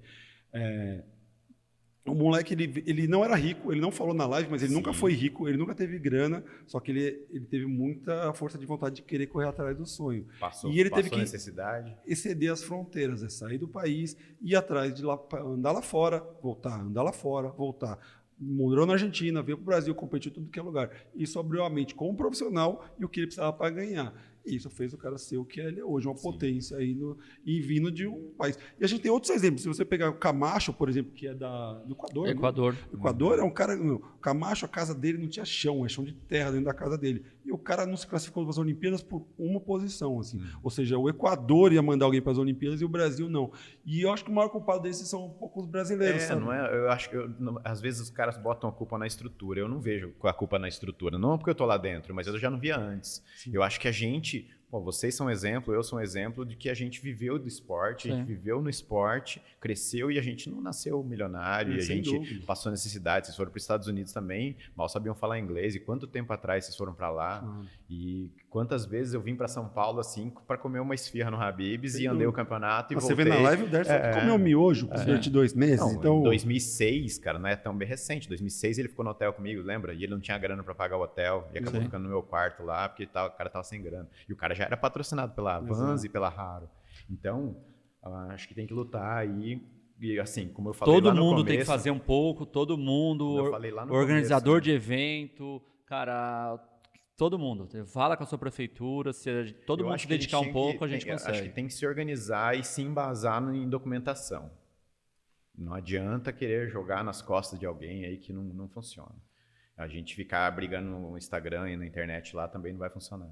O moleque, ele não era rico, ele não falou na live, mas ele nunca foi rico, ele nunca teve grana, só que ele teve muita força de vontade de querer correr atrás do sonho. E ele teve que necessidade. Exceder as fronteiras, sair do país, ir atrás de lá, andar lá fora, voltar, andar lá fora, voltar. Morou na Argentina, veio para o Brasil, competiu em tudo que é lugar. Isso abriu a mente como profissional e o que ele precisava para ganhar. E isso fez o cara ser o que ele é hoje, uma potência aí e vindo de um país. E a gente tem outros exemplos. Se você pegar o Camacho, por exemplo, que é do Equador. Equador. Né? O Equador é um cara. O Camacho, a casa dele não tinha chão, é chão de terra dentro da casa dele. E o cara não se classificou para as Olimpíadas por uma posição. Assim. Ou seja, o Equador ia mandar alguém para as Olimpíadas e o Brasil não. E eu acho que o maior culpado desses são um pouco os brasileiros. Sabe? Não é? Eu acho que às vezes os caras botam a culpa na estrutura. Eu não vejo a culpa na estrutura. Não porque eu estou lá dentro, mas eu já não via antes. Sim. Eu acho que a gente. Bom, vocês são um exemplo, eu sou um exemplo de que a gente viveu do esporte, a gente viveu no esporte, cresceu e a gente não nasceu milionário, e a gente passou necessidade. Vocês foram para os Estados Unidos também, mal sabiam falar inglês, e quanto tempo atrás vocês foram para lá? E quantas vezes eu vim para São Paulo assim para comer uma esfirra no Habib's e andei o campeonato e voltei. Você vê na live o Derson comeu miojo durante 2 meses. Não, então... Em 2006, cara, não é tão bem recente. Em 2006 ele ficou no hotel comigo, lembra? E ele não tinha grana para pagar o hotel e acabou ficando no meu quarto lá porque o cara tava sem grana. E o cara já era patrocinado pela Vans e pela Haro. Então, acho que tem que lutar aí. E assim, como eu falei todo lá no mundo começo, tem que fazer um pouco, todo mundo, organizador começo, de evento, cara, todo mundo. Fala com a sua prefeitura, se todo mundo se dedicar um pouco, a gente consegue. Acho que tem que se organizar e se embasar em documentação. Não adianta querer jogar nas costas de alguém aí que não funciona. A gente ficar brigando no Instagram e na internet lá também não vai funcionar.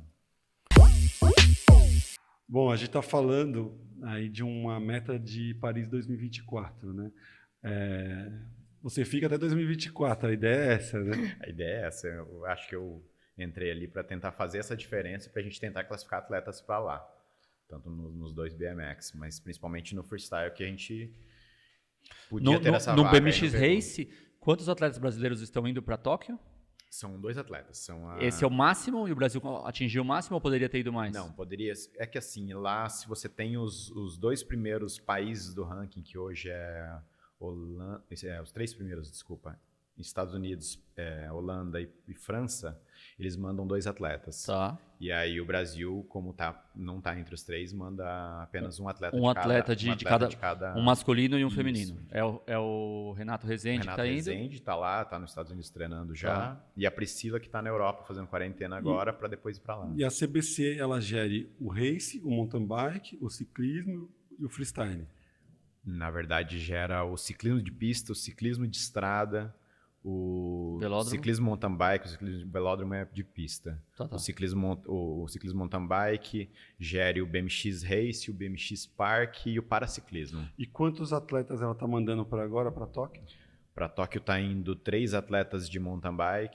Bom, a gente está falando aí de uma meta de Paris 2024, né? Você fica até 2024, a ideia é essa, né? A ideia é essa. Eu acho que eu entrei ali para tentar fazer essa diferença, para a gente tentar classificar atletas para lá. Tanto nos 2 BMX, mas principalmente no freestyle, que a gente podia ter essa vaga. No BMX Race, quantos atletas brasileiros estão indo para Tóquio? São 2 atletas. Esse é o máximo e o Brasil atingiu o máximo ou poderia ter ido mais? Não, poderia. É que assim, lá se você tem os 2 primeiros países do ranking, que hoje é Holanda, os 3 primeiros, desculpa, Estados Unidos, Holanda e França, eles mandam 2 atletas. Tá. E aí o Brasil, como não tá entre os 3, manda apenas um atleta de cada. Um masculino e um feminino. É o Renato Rezende que tá indo. Renato Rezende tá lá, tá nos Estados Unidos treinando já. E a Priscila que tá na Europa fazendo quarentena agora para depois ir para lá. E a CBC, ela gere o race, o mountain bike, o ciclismo e o freestyle. Na verdade, gera o ciclismo de pista, o ciclismo de estrada, o ciclismo mountain bike, o ciclismo de velódromo é de pista. Tá. O ciclismo mountain bike gere o BMX Race, o BMX Park e o paraciclismo. E quantos atletas ela está mandando para agora, para Tóquio? Para Tóquio está indo 3 atletas de mountain bike,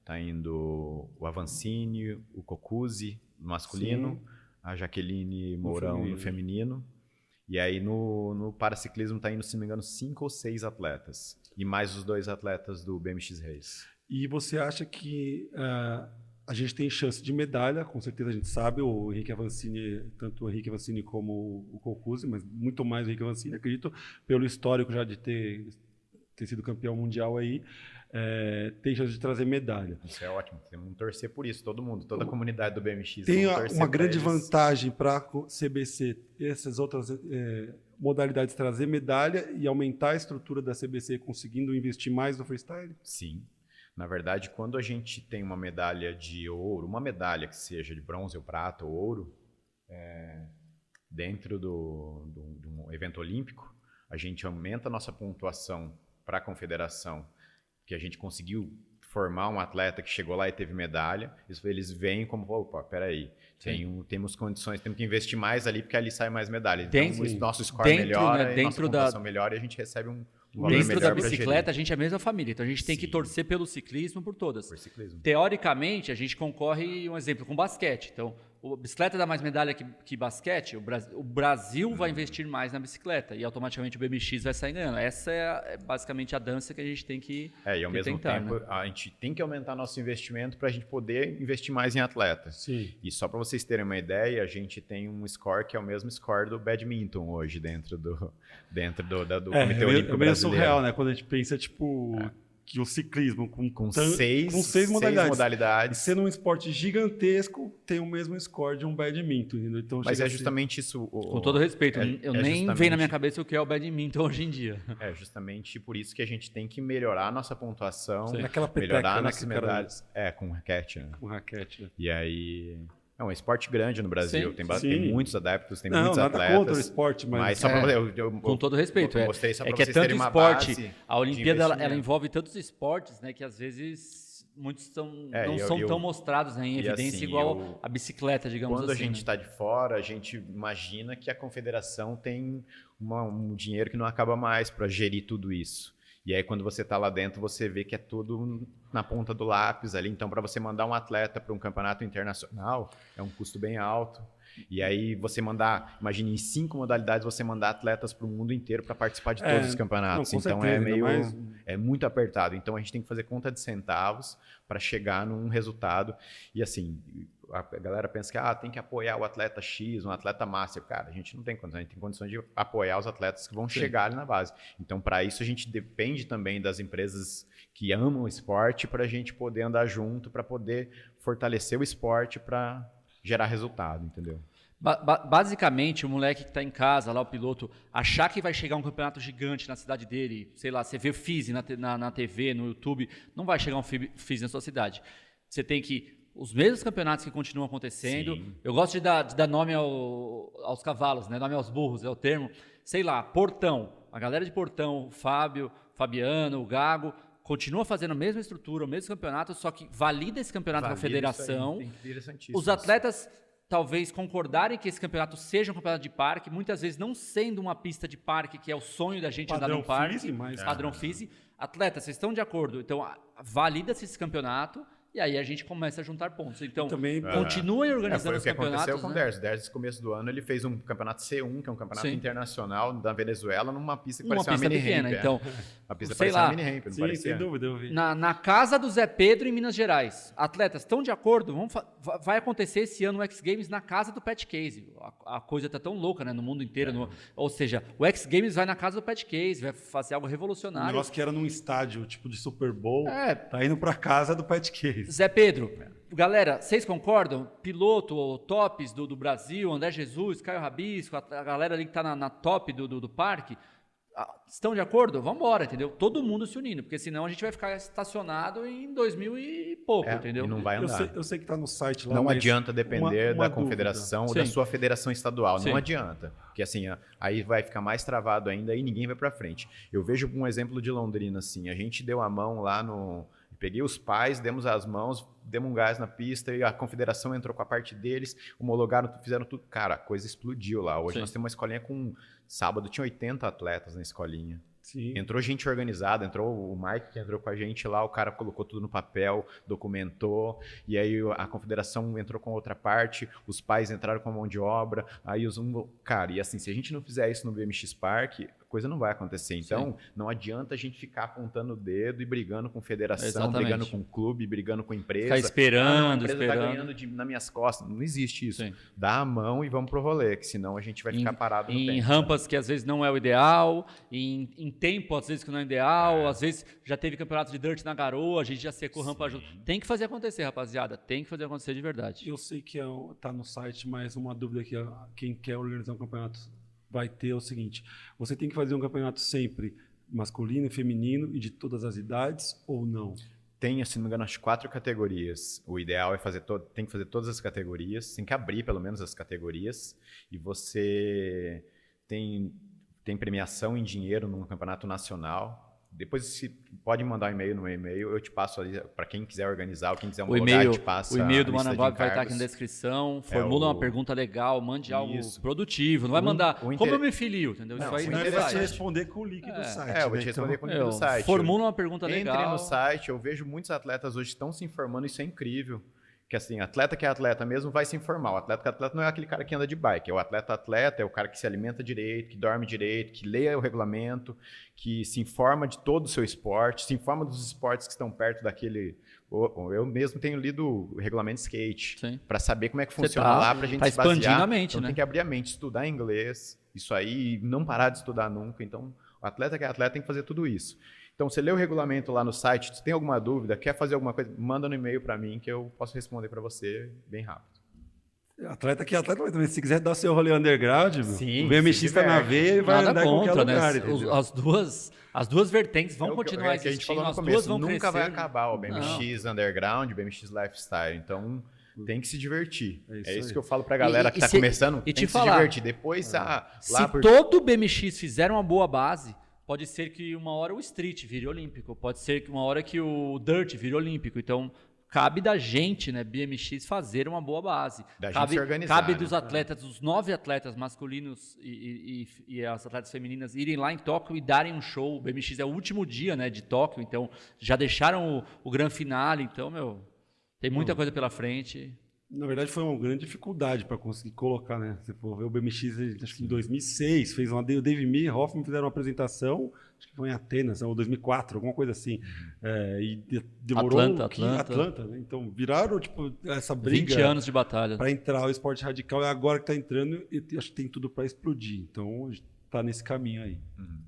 tá indo o Avancini, o Cocuzzi no masculino, a Jaqueline Mourão no feminino. E aí no paraciclismo tá indo, se não me engano, 5 ou 6 atletas. E mais os 2 atletas do BMX Race. E você acha que a gente tem chance de medalha? Com certeza a gente sabe, o Henrique Avancini, tanto o Henrique Avancini como o Cocuzzi, mas muito mais o Henrique Avancini, acredito, pelo histórico já de ter sido campeão mundial aí, tem chance de trazer medalha. Isso é ótimo, temos que torcer por isso, todo mundo, toda a comunidade do BMX. Tem uma grande vantagem para a CBC, essas outras modalidades, trazer medalha e aumentar a estrutura da CBC, conseguindo investir mais no freestyle? Sim. Na verdade, quando a gente tem uma medalha de ouro, uma medalha que seja de bronze ou prata ou ouro, dentro de um evento olímpico, a gente aumenta a nossa pontuação para a confederação, que a gente conseguiu formar um atleta que chegou lá e teve medalha, eles veem como, opa, peraí, temos condições, temos que investir mais ali, porque ali sai mais medalha. Então, o nosso score melhora, e nossa pontuação melhora e a gente recebe um valor melhor. Dentro da bicicleta, a gente é a mesma família, então a gente tem que torcer pelo ciclismo por todas. Por ciclismo. Teoricamente, a gente concorre, um exemplo, com basquete. Então, a bicicleta dá mais medalha que basquete, o Brasil vai investir mais na bicicleta e automaticamente o BMX vai sair ganhando. Essa é basicamente a dança que a gente tem que e ao mesmo tentar, tempo, a gente tem que aumentar nosso investimento para a gente poder investir mais em atleta. Sim. E só para vocês terem uma ideia, a gente tem um score que é o mesmo score do badminton hoje dentro do Comitê Olímpico Brasileiro. É meio surreal, né? Quando a gente pensa, que o ciclismo com 6 modalidades, sendo um esporte gigantesco, tem o mesmo score de um badminton. Então, mas é justamente isso. Com todo respeito, eu nem vem na minha cabeça o que é o badminton hoje em dia. É justamente por isso que a gente tem que melhorar a nossa pontuação, aquela peteca, melhorar nossas medalhas. Com raquete, né? Com raquete, né? E aí... É um esporte grande no Brasil, Sim, tem muitos adeptos, tem muitos atletas. Nada contra o esporte, mas só com todo respeito, mostrei só é pra que é vocês tanto terem uma esporte, base a Olimpíada ela envolve tantos esportes, né, que às vezes muitos não são tão mostrados, né, em evidência, assim, igual a bicicleta, digamos quando assim. Quando a gente está de fora, a gente imagina que a confederação tem um dinheiro que não acaba mais para gerir tudo isso. E aí, quando você está lá dentro, você vê que é tudo na ponta do lápis ali. Então, para você mandar um atleta para um campeonato internacional, é um custo bem alto. E aí, você imagine, em 5 modalidades, você mandar atletas para o mundo inteiro para participar de todos os campeonatos. Então, é muito apertado. Então, a gente tem que fazer conta de centavos para chegar num resultado. E assim... A galera pensa que tem que apoiar o atleta X, um atleta master. Cara, a gente não tem condição, a gente tem condições de apoiar os atletas que vão chegar ali na base. Então, para isso, a gente depende também das empresas que amam o esporte para a gente poder andar junto, para poder fortalecer o esporte para gerar resultado, entendeu? Basicamente, o moleque que está em casa, lá o piloto, achar que vai chegar um campeonato gigante na cidade dele, sei lá, você vê o FISE na TV, no YouTube, não vai chegar um FISE na sua cidade. Você tem que... Os mesmos campeonatos que continuam acontecendo. Sim. Eu gosto de dar nome aos cavalos, né? Nome aos burros, é o termo. Sei lá, Portão. A galera de Portão, o Fábio, Fabiano, o Gago, continua fazendo a mesma estrutura, o mesmo campeonato, só que valida esse campeonato na federação. Os atletas talvez concordarem que esse campeonato seja um campeonato de parque, muitas vezes não sendo uma pista de parque, que é o sonho da gente andar no parque. Padrão FISE. Atletas, vocês estão de acordo? Então, valida-se esse campeonato. E aí a gente começa a juntar pontos. Então, continuem organizando os campeonatos. Foi o que aconteceu com o Dersi. O Dersi, no começo do ano, ele fez um campeonato C1, que é um campeonato internacional da Venezuela, numa pista que parecia uma mini pequena, ramp. Então, a pista parecia uma mini ramp, não parecia? Sem dúvida, eu vi. Na casa do Zé Pedro, em Minas Gerais. Atletas, estão de acordo? Vai acontecer esse ano o X Games na casa do Pat Case. A coisa está tão louca, né, no mundo inteiro. Ou seja, o X Games vai na casa do Pat Case, vai fazer algo revolucionário. Um negócio que era num estádio, tipo de Super Bowl, tá indo para casa do Pat Case. Zé Pedro, galera, vocês concordam? Piloto, tops do Brasil, André Jesus, Caio Rabisco, a galera ali que está na top do parque, estão de acordo? Vamos embora, entendeu? Todo mundo se unindo, porque senão a gente vai ficar estacionado em 2000 e pouco, entendeu? E não vai andar. Eu sei que está no site lá. Não adianta depender da confederação ou da sua federação estadual, não adianta. Porque assim, aí vai ficar mais travado ainda e ninguém vai para frente. Eu vejo um exemplo de Londrina, assim, a gente deu a mão lá peguei os pais, demos as mãos, demos um gás na pista e a confederação entrou com a parte deles, homologaram, fizeram tudo. Cara, a coisa explodiu lá. Hoje nós temos uma escolinha sábado tinha 80 atletas na escolinha. Sim. Entrou gente organizada, entrou o Mike que entrou com a gente lá, o cara colocou tudo no papel, documentou, e aí a confederação entrou com outra parte, os pais entraram com a mão de obra, aí cara, e assim, se a gente não fizer isso no BMX Park, a coisa não vai acontecer. Então, não adianta a gente ficar apontando o dedo e brigando com federação, brigando com clube, brigando com empresa. Ficar esperando, a empresa tá ganhando nas minhas costas. Não existe isso. Sim. Dá a mão e vamos pro rolê, que senão a gente vai ficar parado no tempo. Em rampas que às vezes não é o ideal, em tempo às vezes que não é ideal, às vezes já teve campeonato de dirt na garoa, a gente já secou rampa junto. Tem que fazer acontecer, rapaziada. Tem que fazer acontecer de verdade. Eu sei que tá no site, mas uma dúvida que quem quer organizar um campeonato vai ter é o seguinte: você tem que fazer um campeonato sempre masculino, feminino e de todas as idades ou não? Tem, se não me engano, as 4 categorias. O ideal é tem que fazer todas as categorias, tem que abrir pelo menos as categorias, e você tem premiação em dinheiro num campeonato nacional. Depois você pode mandar um e-mail no meu e-mail, eu te passo ali para quem quiser organizar, ou quem quiser homologar, eu te passo o e-mail do lista de Mananguab vai estar encargos. aqui na descrição. Formula uma pergunta legal, mande algo produtivo. Não vai mandar como eu me filio, entendeu? Não, isso aí ele vai te responder com o link do site. Eu vou te responder com o link do site. Formula uma pergunta legal. Entre no site, eu vejo muitos atletas hoje estão se informando, isso é incrível. Que assim, atleta que é atleta mesmo vai se informar. O atleta que é atleta não é aquele cara que anda de bike. É o atleta, é o cara que se alimenta direito, que dorme direito, que leia o regulamento, que se informa de todo o seu esporte, se informa dos esportes que estão perto daquele... Eu mesmo tenho lido o regulamento de skate para saber como é que funciona lá, para a gente se basear. Expandindo a mente, então tem que abrir a mente, estudar inglês, isso aí, não parar de estudar nunca. Então, o atleta que é atleta tem que fazer tudo isso. Então, você lê o regulamento lá no site, se tem alguma dúvida, quer fazer alguma coisa, manda no e-mail para mim que eu posso responder para você bem rápido. Atleta que é atleta, mas também se quiser dar o seu rolê underground, sim, o BMX está na veia e vai andar em qualquer lugar. Né? As duas vertentes vão continuar existindo, a gente falou no as começo, duas vão nunca crescer. vai acabar o BMX underground, o BMX lifestyle. Então, tem que se divertir. É isso que eu falo pra galera que está começando, tem que se divertir. Depois, todo BMX fizer uma boa base, pode ser que uma hora o street vire olímpico, pode ser que uma hora que o dirt vire olímpico. Então, cabe da gente, né, BMX, fazer uma boa base. Gente se organizar. Cabe dos atletas, dos 9 atletas masculinos e as atletas femininas irem lá em Tóquio e darem um show. O BMX é o último dia, né, de Tóquio, então já deixaram o grande finale. Então, tem muita coisa pela frente. Na verdade, foi uma grande dificuldade para conseguir colocar, né? Se for ver o BMX, acho que em 2006, fez o Dave Mee e Hoffman fizeram uma apresentação, acho que foi em Atenas, ou 2004, alguma coisa assim. E demorou... Atlanta, né? Então, viraram, essa briga... 20 anos de batalha. Para entrar o esporte radical, e agora que está entrando, eu acho que tem tudo para explodir. Então, está nesse caminho aí.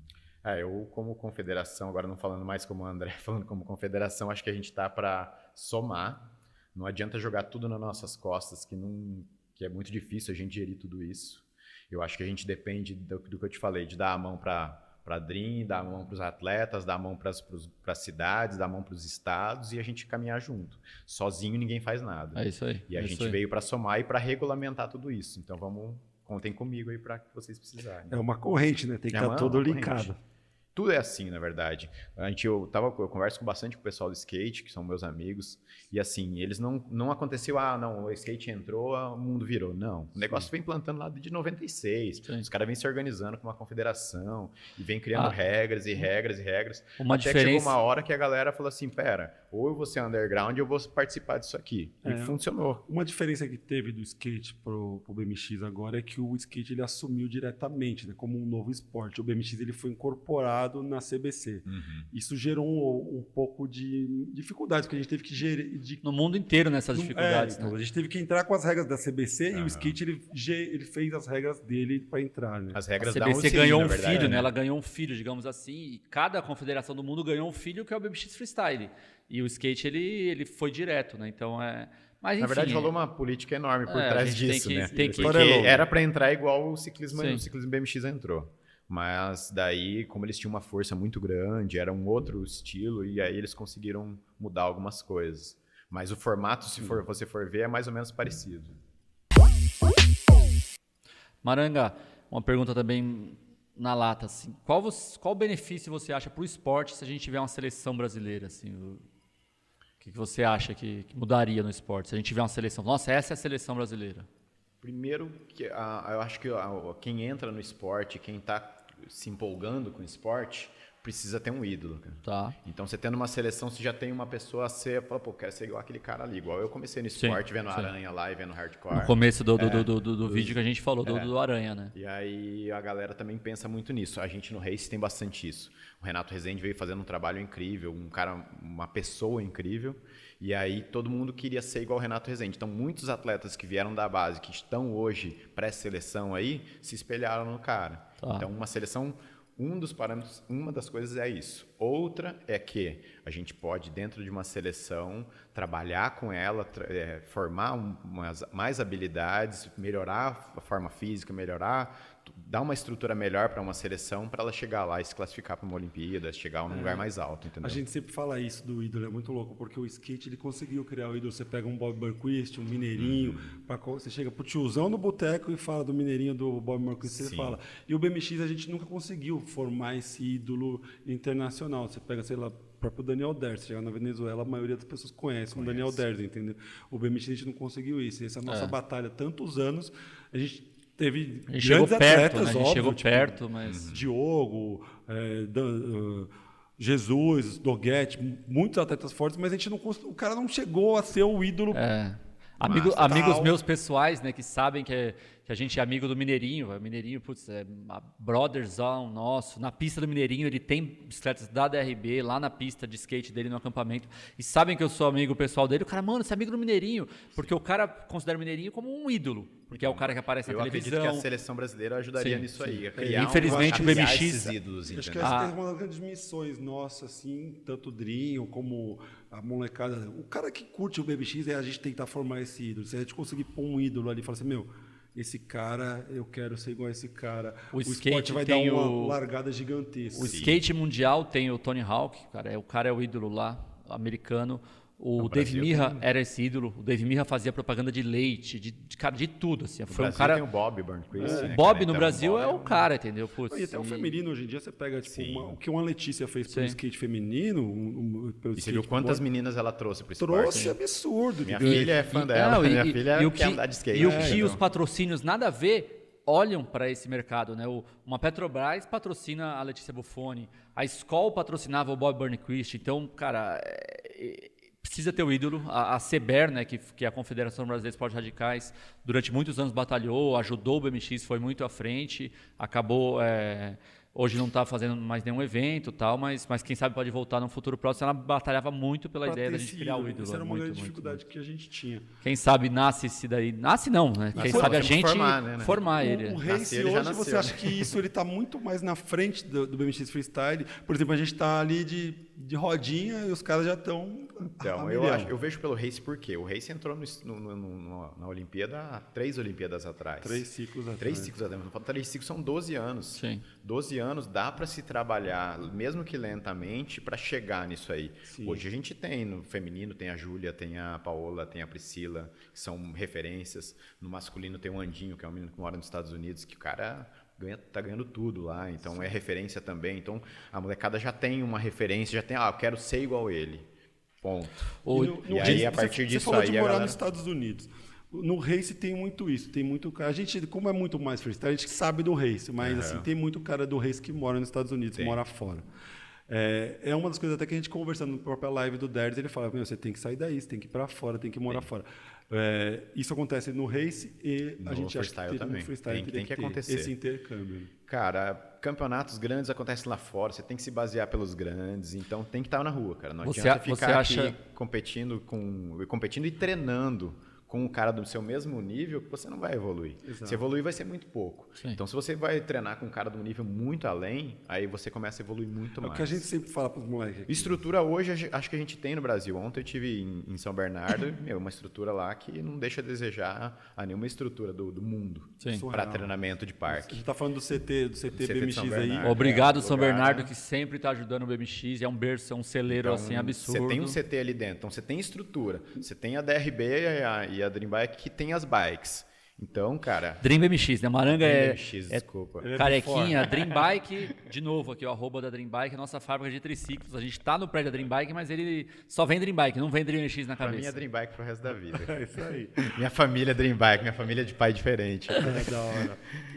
Eu, como confederação, agora não falando mais como o André, falando como confederação, acho que a gente está para somar. Não adianta jogar tudo nas nossas costas, que é muito difícil a gente gerir tudo isso. Eu acho que a gente depende do que eu te falei, de dar a mão para a Dream, dar a mão para os atletas, dar a mão para as cidades, dar a mão para os estados e a gente caminhar junto. Sozinho ninguém faz nada. É isso aí. E a gente veio para somar e para regulamentar tudo isso. Então contem comigo aí para que vocês precisarem. É uma corrente, né? Tem que estar todo linkado. Tudo é assim, na verdade. Eu converso bastante com o pessoal do skate, que são meus amigos, e assim, eles não aconteceu, o skate entrou, o mundo virou. Não, o negócio vem plantando lá de 96. Os caras vêm se organizando com uma confederação, e vem criando regras e regras e regras. Até que chegou uma hora que a galera falou assim, pera, ou eu vou ser underground ou eu vou participar disso aqui. E funcionou. Uma diferença que teve do skate pro BMX agora é que o skate ele assumiu diretamente, né, como um novo esporte. O BMX ele foi incorporado na CBC. Isso gerou um pouco de dificuldades, porque a gente teve que gerir... No mundo inteiro nessas dificuldades. Então, a gente teve que entrar com as regras da CBC e o skate ele fez as regras dele para entrar. Né? As regras da CBC ganhou um filho, né? Ela ganhou um filho, digamos assim, e cada confederação do mundo ganhou um filho que é o BMX Freestyle. E o skate ele foi direto, né? Então Mas, enfim, na verdade, rolou uma política enorme por trás disso, né? Porque era para entrar igual o ciclismo BMX entrou. Mas daí, como eles tinham uma força muito grande, era um outro estilo, e aí eles conseguiram mudar algumas coisas. Mas o formato, se você for ver, é mais ou menos parecido. Maranga, uma pergunta também na lata. Assim, qual benefício você acha para o esporte se a gente tiver uma seleção brasileira? Assim, o que você acha que mudaria no esporte se a gente tiver uma seleção? Nossa, essa é a seleção brasileira. Primeiro, eu acho que quem entra no esporte, quem está se empolgando com o esporte, precisa ter um ídolo, cara. Tá. Então, você tendo uma seleção, você já tem uma pessoa a ser, fala, pô, quero ser igual aquele cara ali. Igual eu comecei no esporte, vendo Aranha lá e vendo Hardcore. No começo do vídeo que a gente falou, do Aranha, né? E aí a galera também pensa muito nisso. A gente no Race tem bastante isso. O Renato Rezende veio fazendo um trabalho incrível, uma pessoa incrível. E aí todo mundo queria ser igual o Renato Rezende. Então, muitos atletas que vieram da base, que estão hoje pré-seleção aí, se espelharam no cara. Tá. Então, uma seleção... Um dos parâmetros, uma das coisas é isso. Outra é que a gente pode, dentro de uma seleção, trabalhar com ela, formar mais habilidades, melhorar a forma física, dar uma estrutura melhor para uma seleção, para ela chegar lá e se classificar para uma Olimpíada, chegar a um lugar mais alto, entendeu? A gente sempre fala isso do ídolo, é muito louco, porque o skate ele conseguiu criar o ídolo. Você pega um Bob Burnquist, um Mineirinho, você chega pro tiozão no boteco e fala do Mineirinho, do Bob Burnquist, você fala. E o BMX a gente nunca conseguiu formar esse ídolo internacional. Você pega, sei lá, o próprio Daniel Derz, chegar na Venezuela, a maioria das pessoas conhece o Daniel Derz, entendeu? O BMX a gente não conseguiu isso. Essa é a nossa batalha, tantos anos, a gente teve grandes atletas, né? A gente chegou perto, mas... Diogo, Jesus, Doguete, muitos atletas fortes, mas a gente não o cara não chegou a ser o ídolo. Amigos meus pessoais, né, que sabem que a gente é amigo do Mineirinho. O Mineirinho, putz, é brotherzão nosso. Na pista do Mineirinho, ele tem bicicletas da DRB, lá na pista de skate dele no acampamento. E sabem que eu sou amigo pessoal dele. O cara, mano, você é amigo do Mineirinho. Porque o cara considera o Mineirinho como um ídolo. Porque é o cara que aparece na televisão. Eu acredito que a seleção brasileira ajudaria nisso aí. A criar infelizmente, o BMX... esses ídolos, acho que essa é uma das grandes missões nossas, assim, tanto o Drinho como a molecada. O cara que curte o BMX é a gente tentar formar esse ídolo. Se a gente conseguir pôr um ídolo ali e falar assim, meu... Esse cara, eu quero ser igual a esse cara. O esporte vai dar uma largada gigantesca. O skate mundial tem o Tony Hawk, o cara é o ídolo lá, americano. O Dave Mirra era esse ídolo. O Dave Mirra fazia propaganda de leite, de tudo. Assim. Foi um cara... tem o Bob Burnquist. O Bob no Brasil é o cara, entendeu? Putz, e até o feminino, hoje em dia, você pega o que uma Letícia fez pelo skate feminino. E você viu quantas meninas ela trouxe para o esporte? Trouxe absurdo. Minha filha é fã dela. Minha filha quer andar de skate. E o que os patrocínios nada a ver olham para esse mercado, né? Uma Petrobras patrocina a Letícia Buffoni, a Skol patrocinava o Bob Burnquist. Então, cara... Precisa ter o ídolo. A CBER, né, que é a Confederação Brasileira de Esportes Radicais, durante muitos anos batalhou, ajudou o BMX, foi muito à frente, acabou... Hoje não está fazendo mais nenhum evento, tal, mas quem sabe pode voltar no futuro próximo. Ela batalhava muito pela ideia da gente criar o ídolo. Essa era uma grande dificuldade que a gente tinha. Quem sabe nasce esse daí... Nasce não, né? Quem sabe a gente formar ele. O Race hoje, você acha que isso está muito mais na frente do BMX Freestyle? Por exemplo, a gente está ali de rodinha e os caras já estão... Então, eu vejo pelo Race porque o Race entrou na Olimpíada há 3 Olimpíadas atrás. 3 ciclos atrás. 3 ciclos atrás. Não falta 3 ciclos, são 12 anos. Sim. 12 anos dá para se trabalhar, mesmo que lentamente, para chegar nisso aí. Sim. Hoje a gente tem no feminino, tem a Júlia, tem a Paola, tem a Priscila, que são referências. No masculino tem o Andinho, que é um menino que mora nos Estados Unidos, que o cara... tá ganhando tudo lá, então é referência também. Então a molecada já tem uma referência, já tem, eu quero ser igual ele. Ponto. E aí, a partir disso, você falou de morar nos Estados Unidos. No Race tem muito isso, tem muito cara. A gente, como é muito mais freestyle, a gente sabe do Race, mas assim, tem muito cara do Race que mora nos Estados Unidos, que mora fora. É uma das coisas até que a gente conversando na própria live do Derz, ele fala, você tem que sair daí, você tem que ir para fora, tem que morar fora. Isso acontece no Race e a gente acha que no freestyle tem que acontecer esse intercâmbio. Cara, campeonatos grandes acontecem lá fora, você tem que se basear pelos grandes, então tem que estar na rua, cara. Não adianta ficar aqui competindo e treinando com um cara do seu mesmo nível, que você não vai evoluir. Exato. Se evoluir, vai ser muito pouco. Sim. Então, se você vai treinar com um cara de um nível muito além, aí você começa a evoluir muito mais. É o que a gente sempre fala para os moleques aqui. Estrutura hoje, acho que a gente tem no Brasil. Ontem eu estive em São Bernardo, uma estrutura lá que não deixa a desejar a nenhuma estrutura do mundo para treinamento de parque. A gente está falando do CT BMX aí. Obrigado, São Bernardo, que sempre está ajudando o BMX. É um berço, é um celeiro então, assim absurdo. Você tem um CT ali dentro, então você tem estrutura. Você tem a DRB e a Dream Bike que tem as bikes. Então, cara... Dream BMX, né? Maranga Dream BMX, desculpa. Carequinha, Dream Bike, de novo aqui, o @ da Dream Bike, nossa fábrica de triciclos. A gente tá no prédio da Dream Bike, mas ele só vem Dream Bike, não vem Dream BMX na cabeça. Pra mim é Dream Bike pro resto da vida. É isso aí. Minha família é Dream Bike, minha família é de pai diferente. É da hora.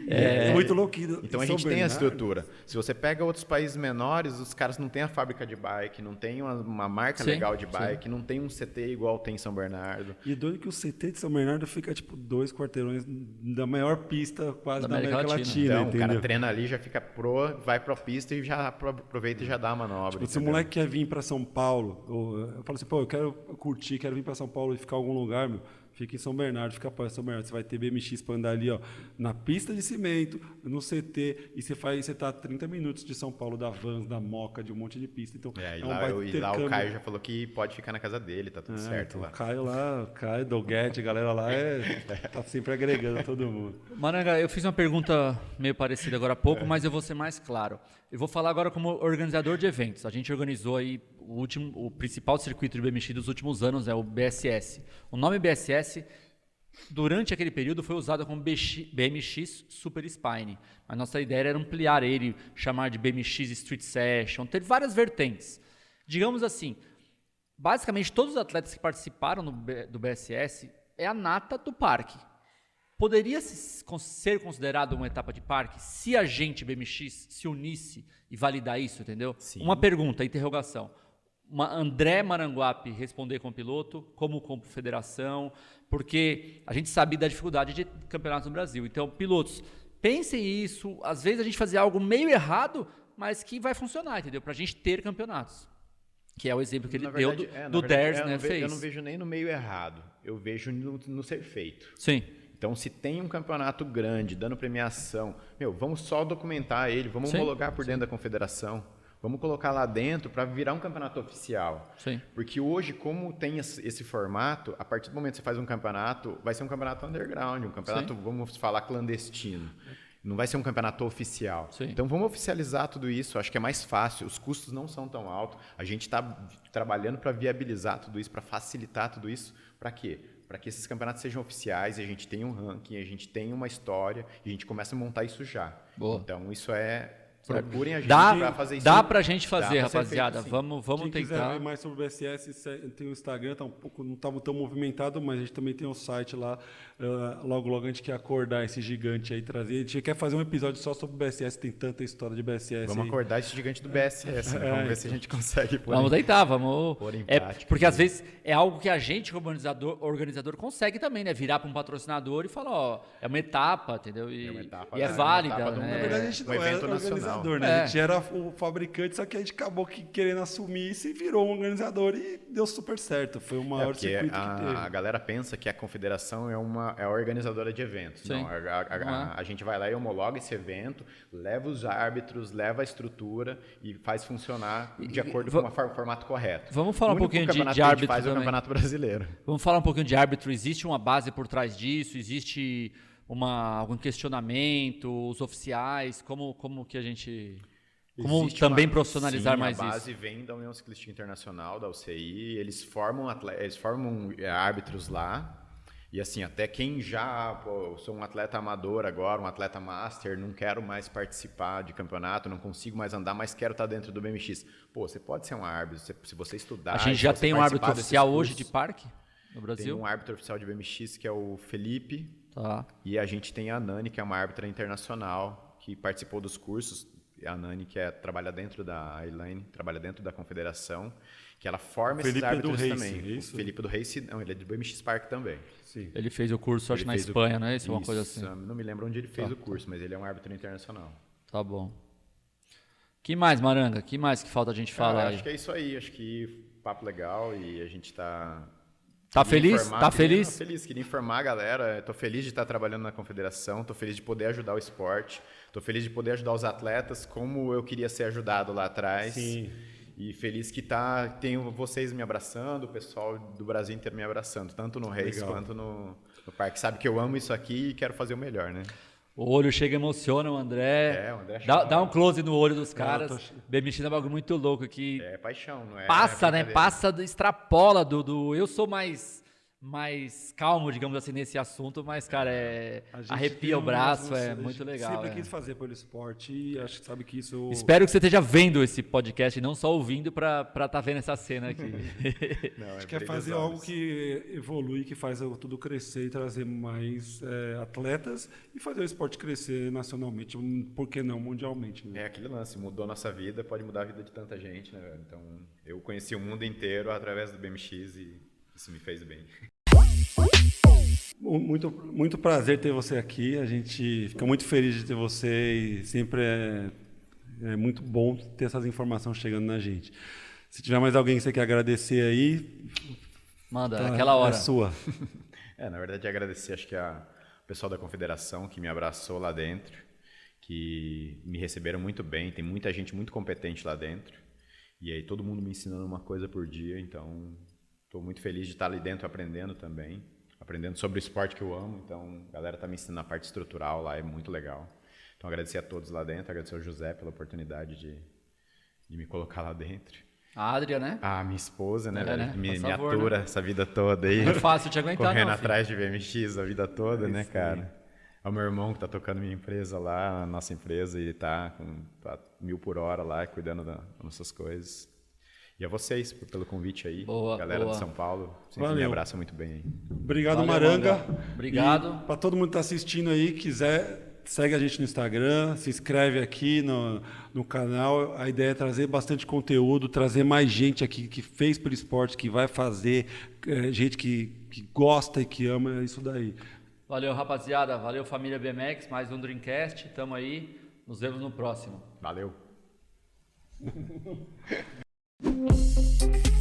É muito louco. Então a gente tem a estrutura. Se você pega outros países menores, os caras não têm a fábrica de bike, não tem uma marca legal de bike, não tem um CT igual tem em São Bernardo. E é doido que o CT de São Bernardo fica tipo 2 quarteirões da maior pista quase da América Latina. Então, entendeu? O cara treina ali, já fica vai pra pista e já aproveita e já dá a manobra. Tipo, se o moleque quer vir para São Paulo, eu falo assim, pô, eu quero curtir, quero vir para São Paulo e ficar em algum lugar, meu. Fica em São Bernardo, fica para São Bernardo. Você vai ter BMX para andar ali, ó, na pista de cimento, no CT, e você tá a 30 minutos de São Paulo, da Vans, da Moca, de um monte de pista. Então, e lá o Caio já falou que pode ficar na casa dele, tá tudo certo então, lá. O Caio, Doguete, a galera lá tá sempre agregando todo mundo. Maranga, eu fiz uma pergunta meio parecida agora há pouco, mas eu vou ser mais claro. Eu vou falar agora como organizador de eventos. A gente organizou aí o principal circuito de BMX dos últimos anos, é o BSS. O nome BSS, durante aquele período, foi usado como BMX Super Spine. Mas nossa ideia era ampliar ele, chamar de BMX Street Session, teve várias vertentes. Digamos assim, basicamente todos os atletas que participaram do BSS é a nata do parque. Poderia ser considerado uma etapa de parque se a gente, BMX, se unisse e validar isso, entendeu? Sim. Uma pergunta, interrogação. André Maranguape responder como piloto, como confederação, porque a gente sabe da dificuldade de campeonatos no Brasil. Então, pilotos, pensem isso. Às vezes a gente fazer algo meio errado, mas que vai funcionar, entendeu? Para a gente ter campeonatos. Que é o exemplo que ele deu do DARS, né? Eu não vejo nem no meio errado. Eu vejo no ser feito. Sim. Então, se tem um campeonato grande, dando premiação, vamos só documentar ele, vamos homologar por dentro da confederação, vamos colocar lá dentro para virar um campeonato oficial. Sim. Porque hoje, como tem esse formato, a partir do momento que você faz um campeonato, vai ser um campeonato underground, um campeonato, vamos falar, clandestino. Não vai ser um campeonato oficial. Sim. Então, vamos oficializar tudo isso. Acho que é mais fácil. Os custos não são tão altos. A gente está trabalhando para viabilizar tudo isso, para facilitar tudo isso. Para quê? Para que esses campeonatos sejam oficiais, a gente tenha um ranking, a gente tenha uma história, e a gente começa a montar isso já. Boa. Então, isso procurem a gente para fazer isso. Dá pra gente fazer, rapaziada. Feito, vamos Quem tentar. quiser ver mais sobre o BSS, tem o Instagram, não tá tão movimentado, mas a gente também tem o site lá. Logo a gente quer acordar esse gigante aí, trazer. A gente quer fazer um episódio só sobre o BSS, tem tanta história de BSS. Vamos acordar esse gigante do BSS, né? Vamos ver se a gente consegue pôr Vamos tentar, vamos. Pôr em prática. Porque às vezes é algo que a gente, como organizador, consegue também, né? Virar para um patrocinador e falar, ó, é uma etapa, entendeu? E é válida, né? Na verdade, a gente não era organizador, né? A gente era o fabricante, só que a gente acabou querendo assumir isso e virou um organizador e deu super certo. Foi o maior circuito que teve. A galera pensa que a confederação é a organizadora de eventos. Sim. Não, a gente vai lá e homologa esse evento, leva os árbitros, leva a estrutura e faz funcionar de acordo com o formato correto. Vamos falar um pouquinho de árbitro faz também. O Campeonato Brasileiro. Vamos falar um pouquinho de árbitro. Existe uma base por trás disso? Existe algum questionamento? Os oficiais? Como que a gente... Como também profissionalizar mais isso? A base vem da União Ciclística Internacional, da UCI, eles formam árbitros lá, e assim, até quem sou um atleta amador agora, um atleta master, não quero mais participar de campeonato, não consigo mais andar, mas quero estar dentro do BMX. Pô, você pode ser um árbitro, se você estudar... A gente já tem um árbitro oficial hoje de parque no Brasil? Tem um árbitro oficial de BMX que é o Felipe, e a gente tem a Nani, que é uma árbitra internacional, que participou dos cursos. A Nani, que trabalha dentro da Elaine, trabalha dentro da confederação, que ela forma esses árbitros também. O Felipe do Race, não, ele é do BMX Park também. Sim. Ele fez o curso, acho, na Espanha, não é isso? Uma coisa assim. Não me lembro onde ele fez o curso, mas ele é um árbitro internacional. Tá bom. Que mais, Maranga? Que mais que falta a gente falar aí? Acho que é isso aí. Acho que papo legal e a gente tá... Tá feliz? Tá feliz? Tô feliz, queria informar a galera. Tô feliz de estar trabalhando na confederação, tô feliz de poder ajudar o esporte, tô feliz de poder ajudar os atletas como eu queria ser ajudado lá atrás. Sim. E feliz que tenho vocês me abraçando, o pessoal do Brasil inteiro me abraçando, tanto no Race quanto no parque. Sabe que eu amo isso aqui e quero fazer o melhor, né? O olho chega e emociona o André. O André dá um close no olho dos caras. BMX é um bagulho muito louco aqui. É paixão, não é? Passa, né? Passa, extrapola do eu sou mais mais calmo, digamos assim, nesse assunto, mas, cara, arrepia o braço, é muito legal. Sempre quis fazer pelo esporte e acho que sabe que isso... Espero que você esteja vendo esse podcast e não só ouvindo para estar vendo essa cena aqui. Não, acho que é fazer algo que evolui, que faz tudo crescer e trazer mais atletas e fazer o esporte crescer nacionalmente, por que não mundialmente. Né? É aquele lance, mudou nossa vida, pode mudar a vida de tanta gente, né? Então, eu conheci o mundo inteiro através do BMX e isso me fez bem. Muito prazer ter você aqui. A gente fica muito feliz de ter você e sempre é muito bom ter essas informações chegando na gente. Se tiver mais alguém que você quer agradecer aí, manda, aquela hora. É sua. Na verdade, agradecer acho que o pessoal da Confederação que me abraçou lá dentro, que me receberam muito bem. Tem muita gente muito competente lá dentro. E aí todo mundo me ensinando uma coisa por dia, então estou muito feliz de estar ali dentro aprendendo também. Aprendendo sobre o esporte que eu amo, então a galera está me ensinando a parte estrutural lá, é muito legal. Então agradecer a todos lá dentro, agradecer ao José pela oportunidade de me colocar lá dentro. A Adria, né? Minha esposa, né? Né? Me atura, né? Essa vida toda aí. Não é fácil te aguentar, correndo não, atrás de BMX a vida toda, né, cara? É o meu irmão que está tocando minha empresa lá, a nossa empresa, e tá 1000 por hora lá, cuidando das nossas coisas. E a vocês pelo convite aí, galera de São Paulo, sempre me abraça muito bem aí. Obrigado, Valeu, Maranga. Obrigado. Para todo mundo que está assistindo aí, quiser, segue a gente no Instagram, se inscreve aqui no canal. A ideia é trazer bastante conteúdo, trazer mais gente aqui que fez pelo esporte, que vai fazer, gente que gosta e que ama isso daí. Valeu, rapaziada. Valeu, família BMX. Mais um Dreamcast. Tamo aí. Nos vemos no próximo. Valeu.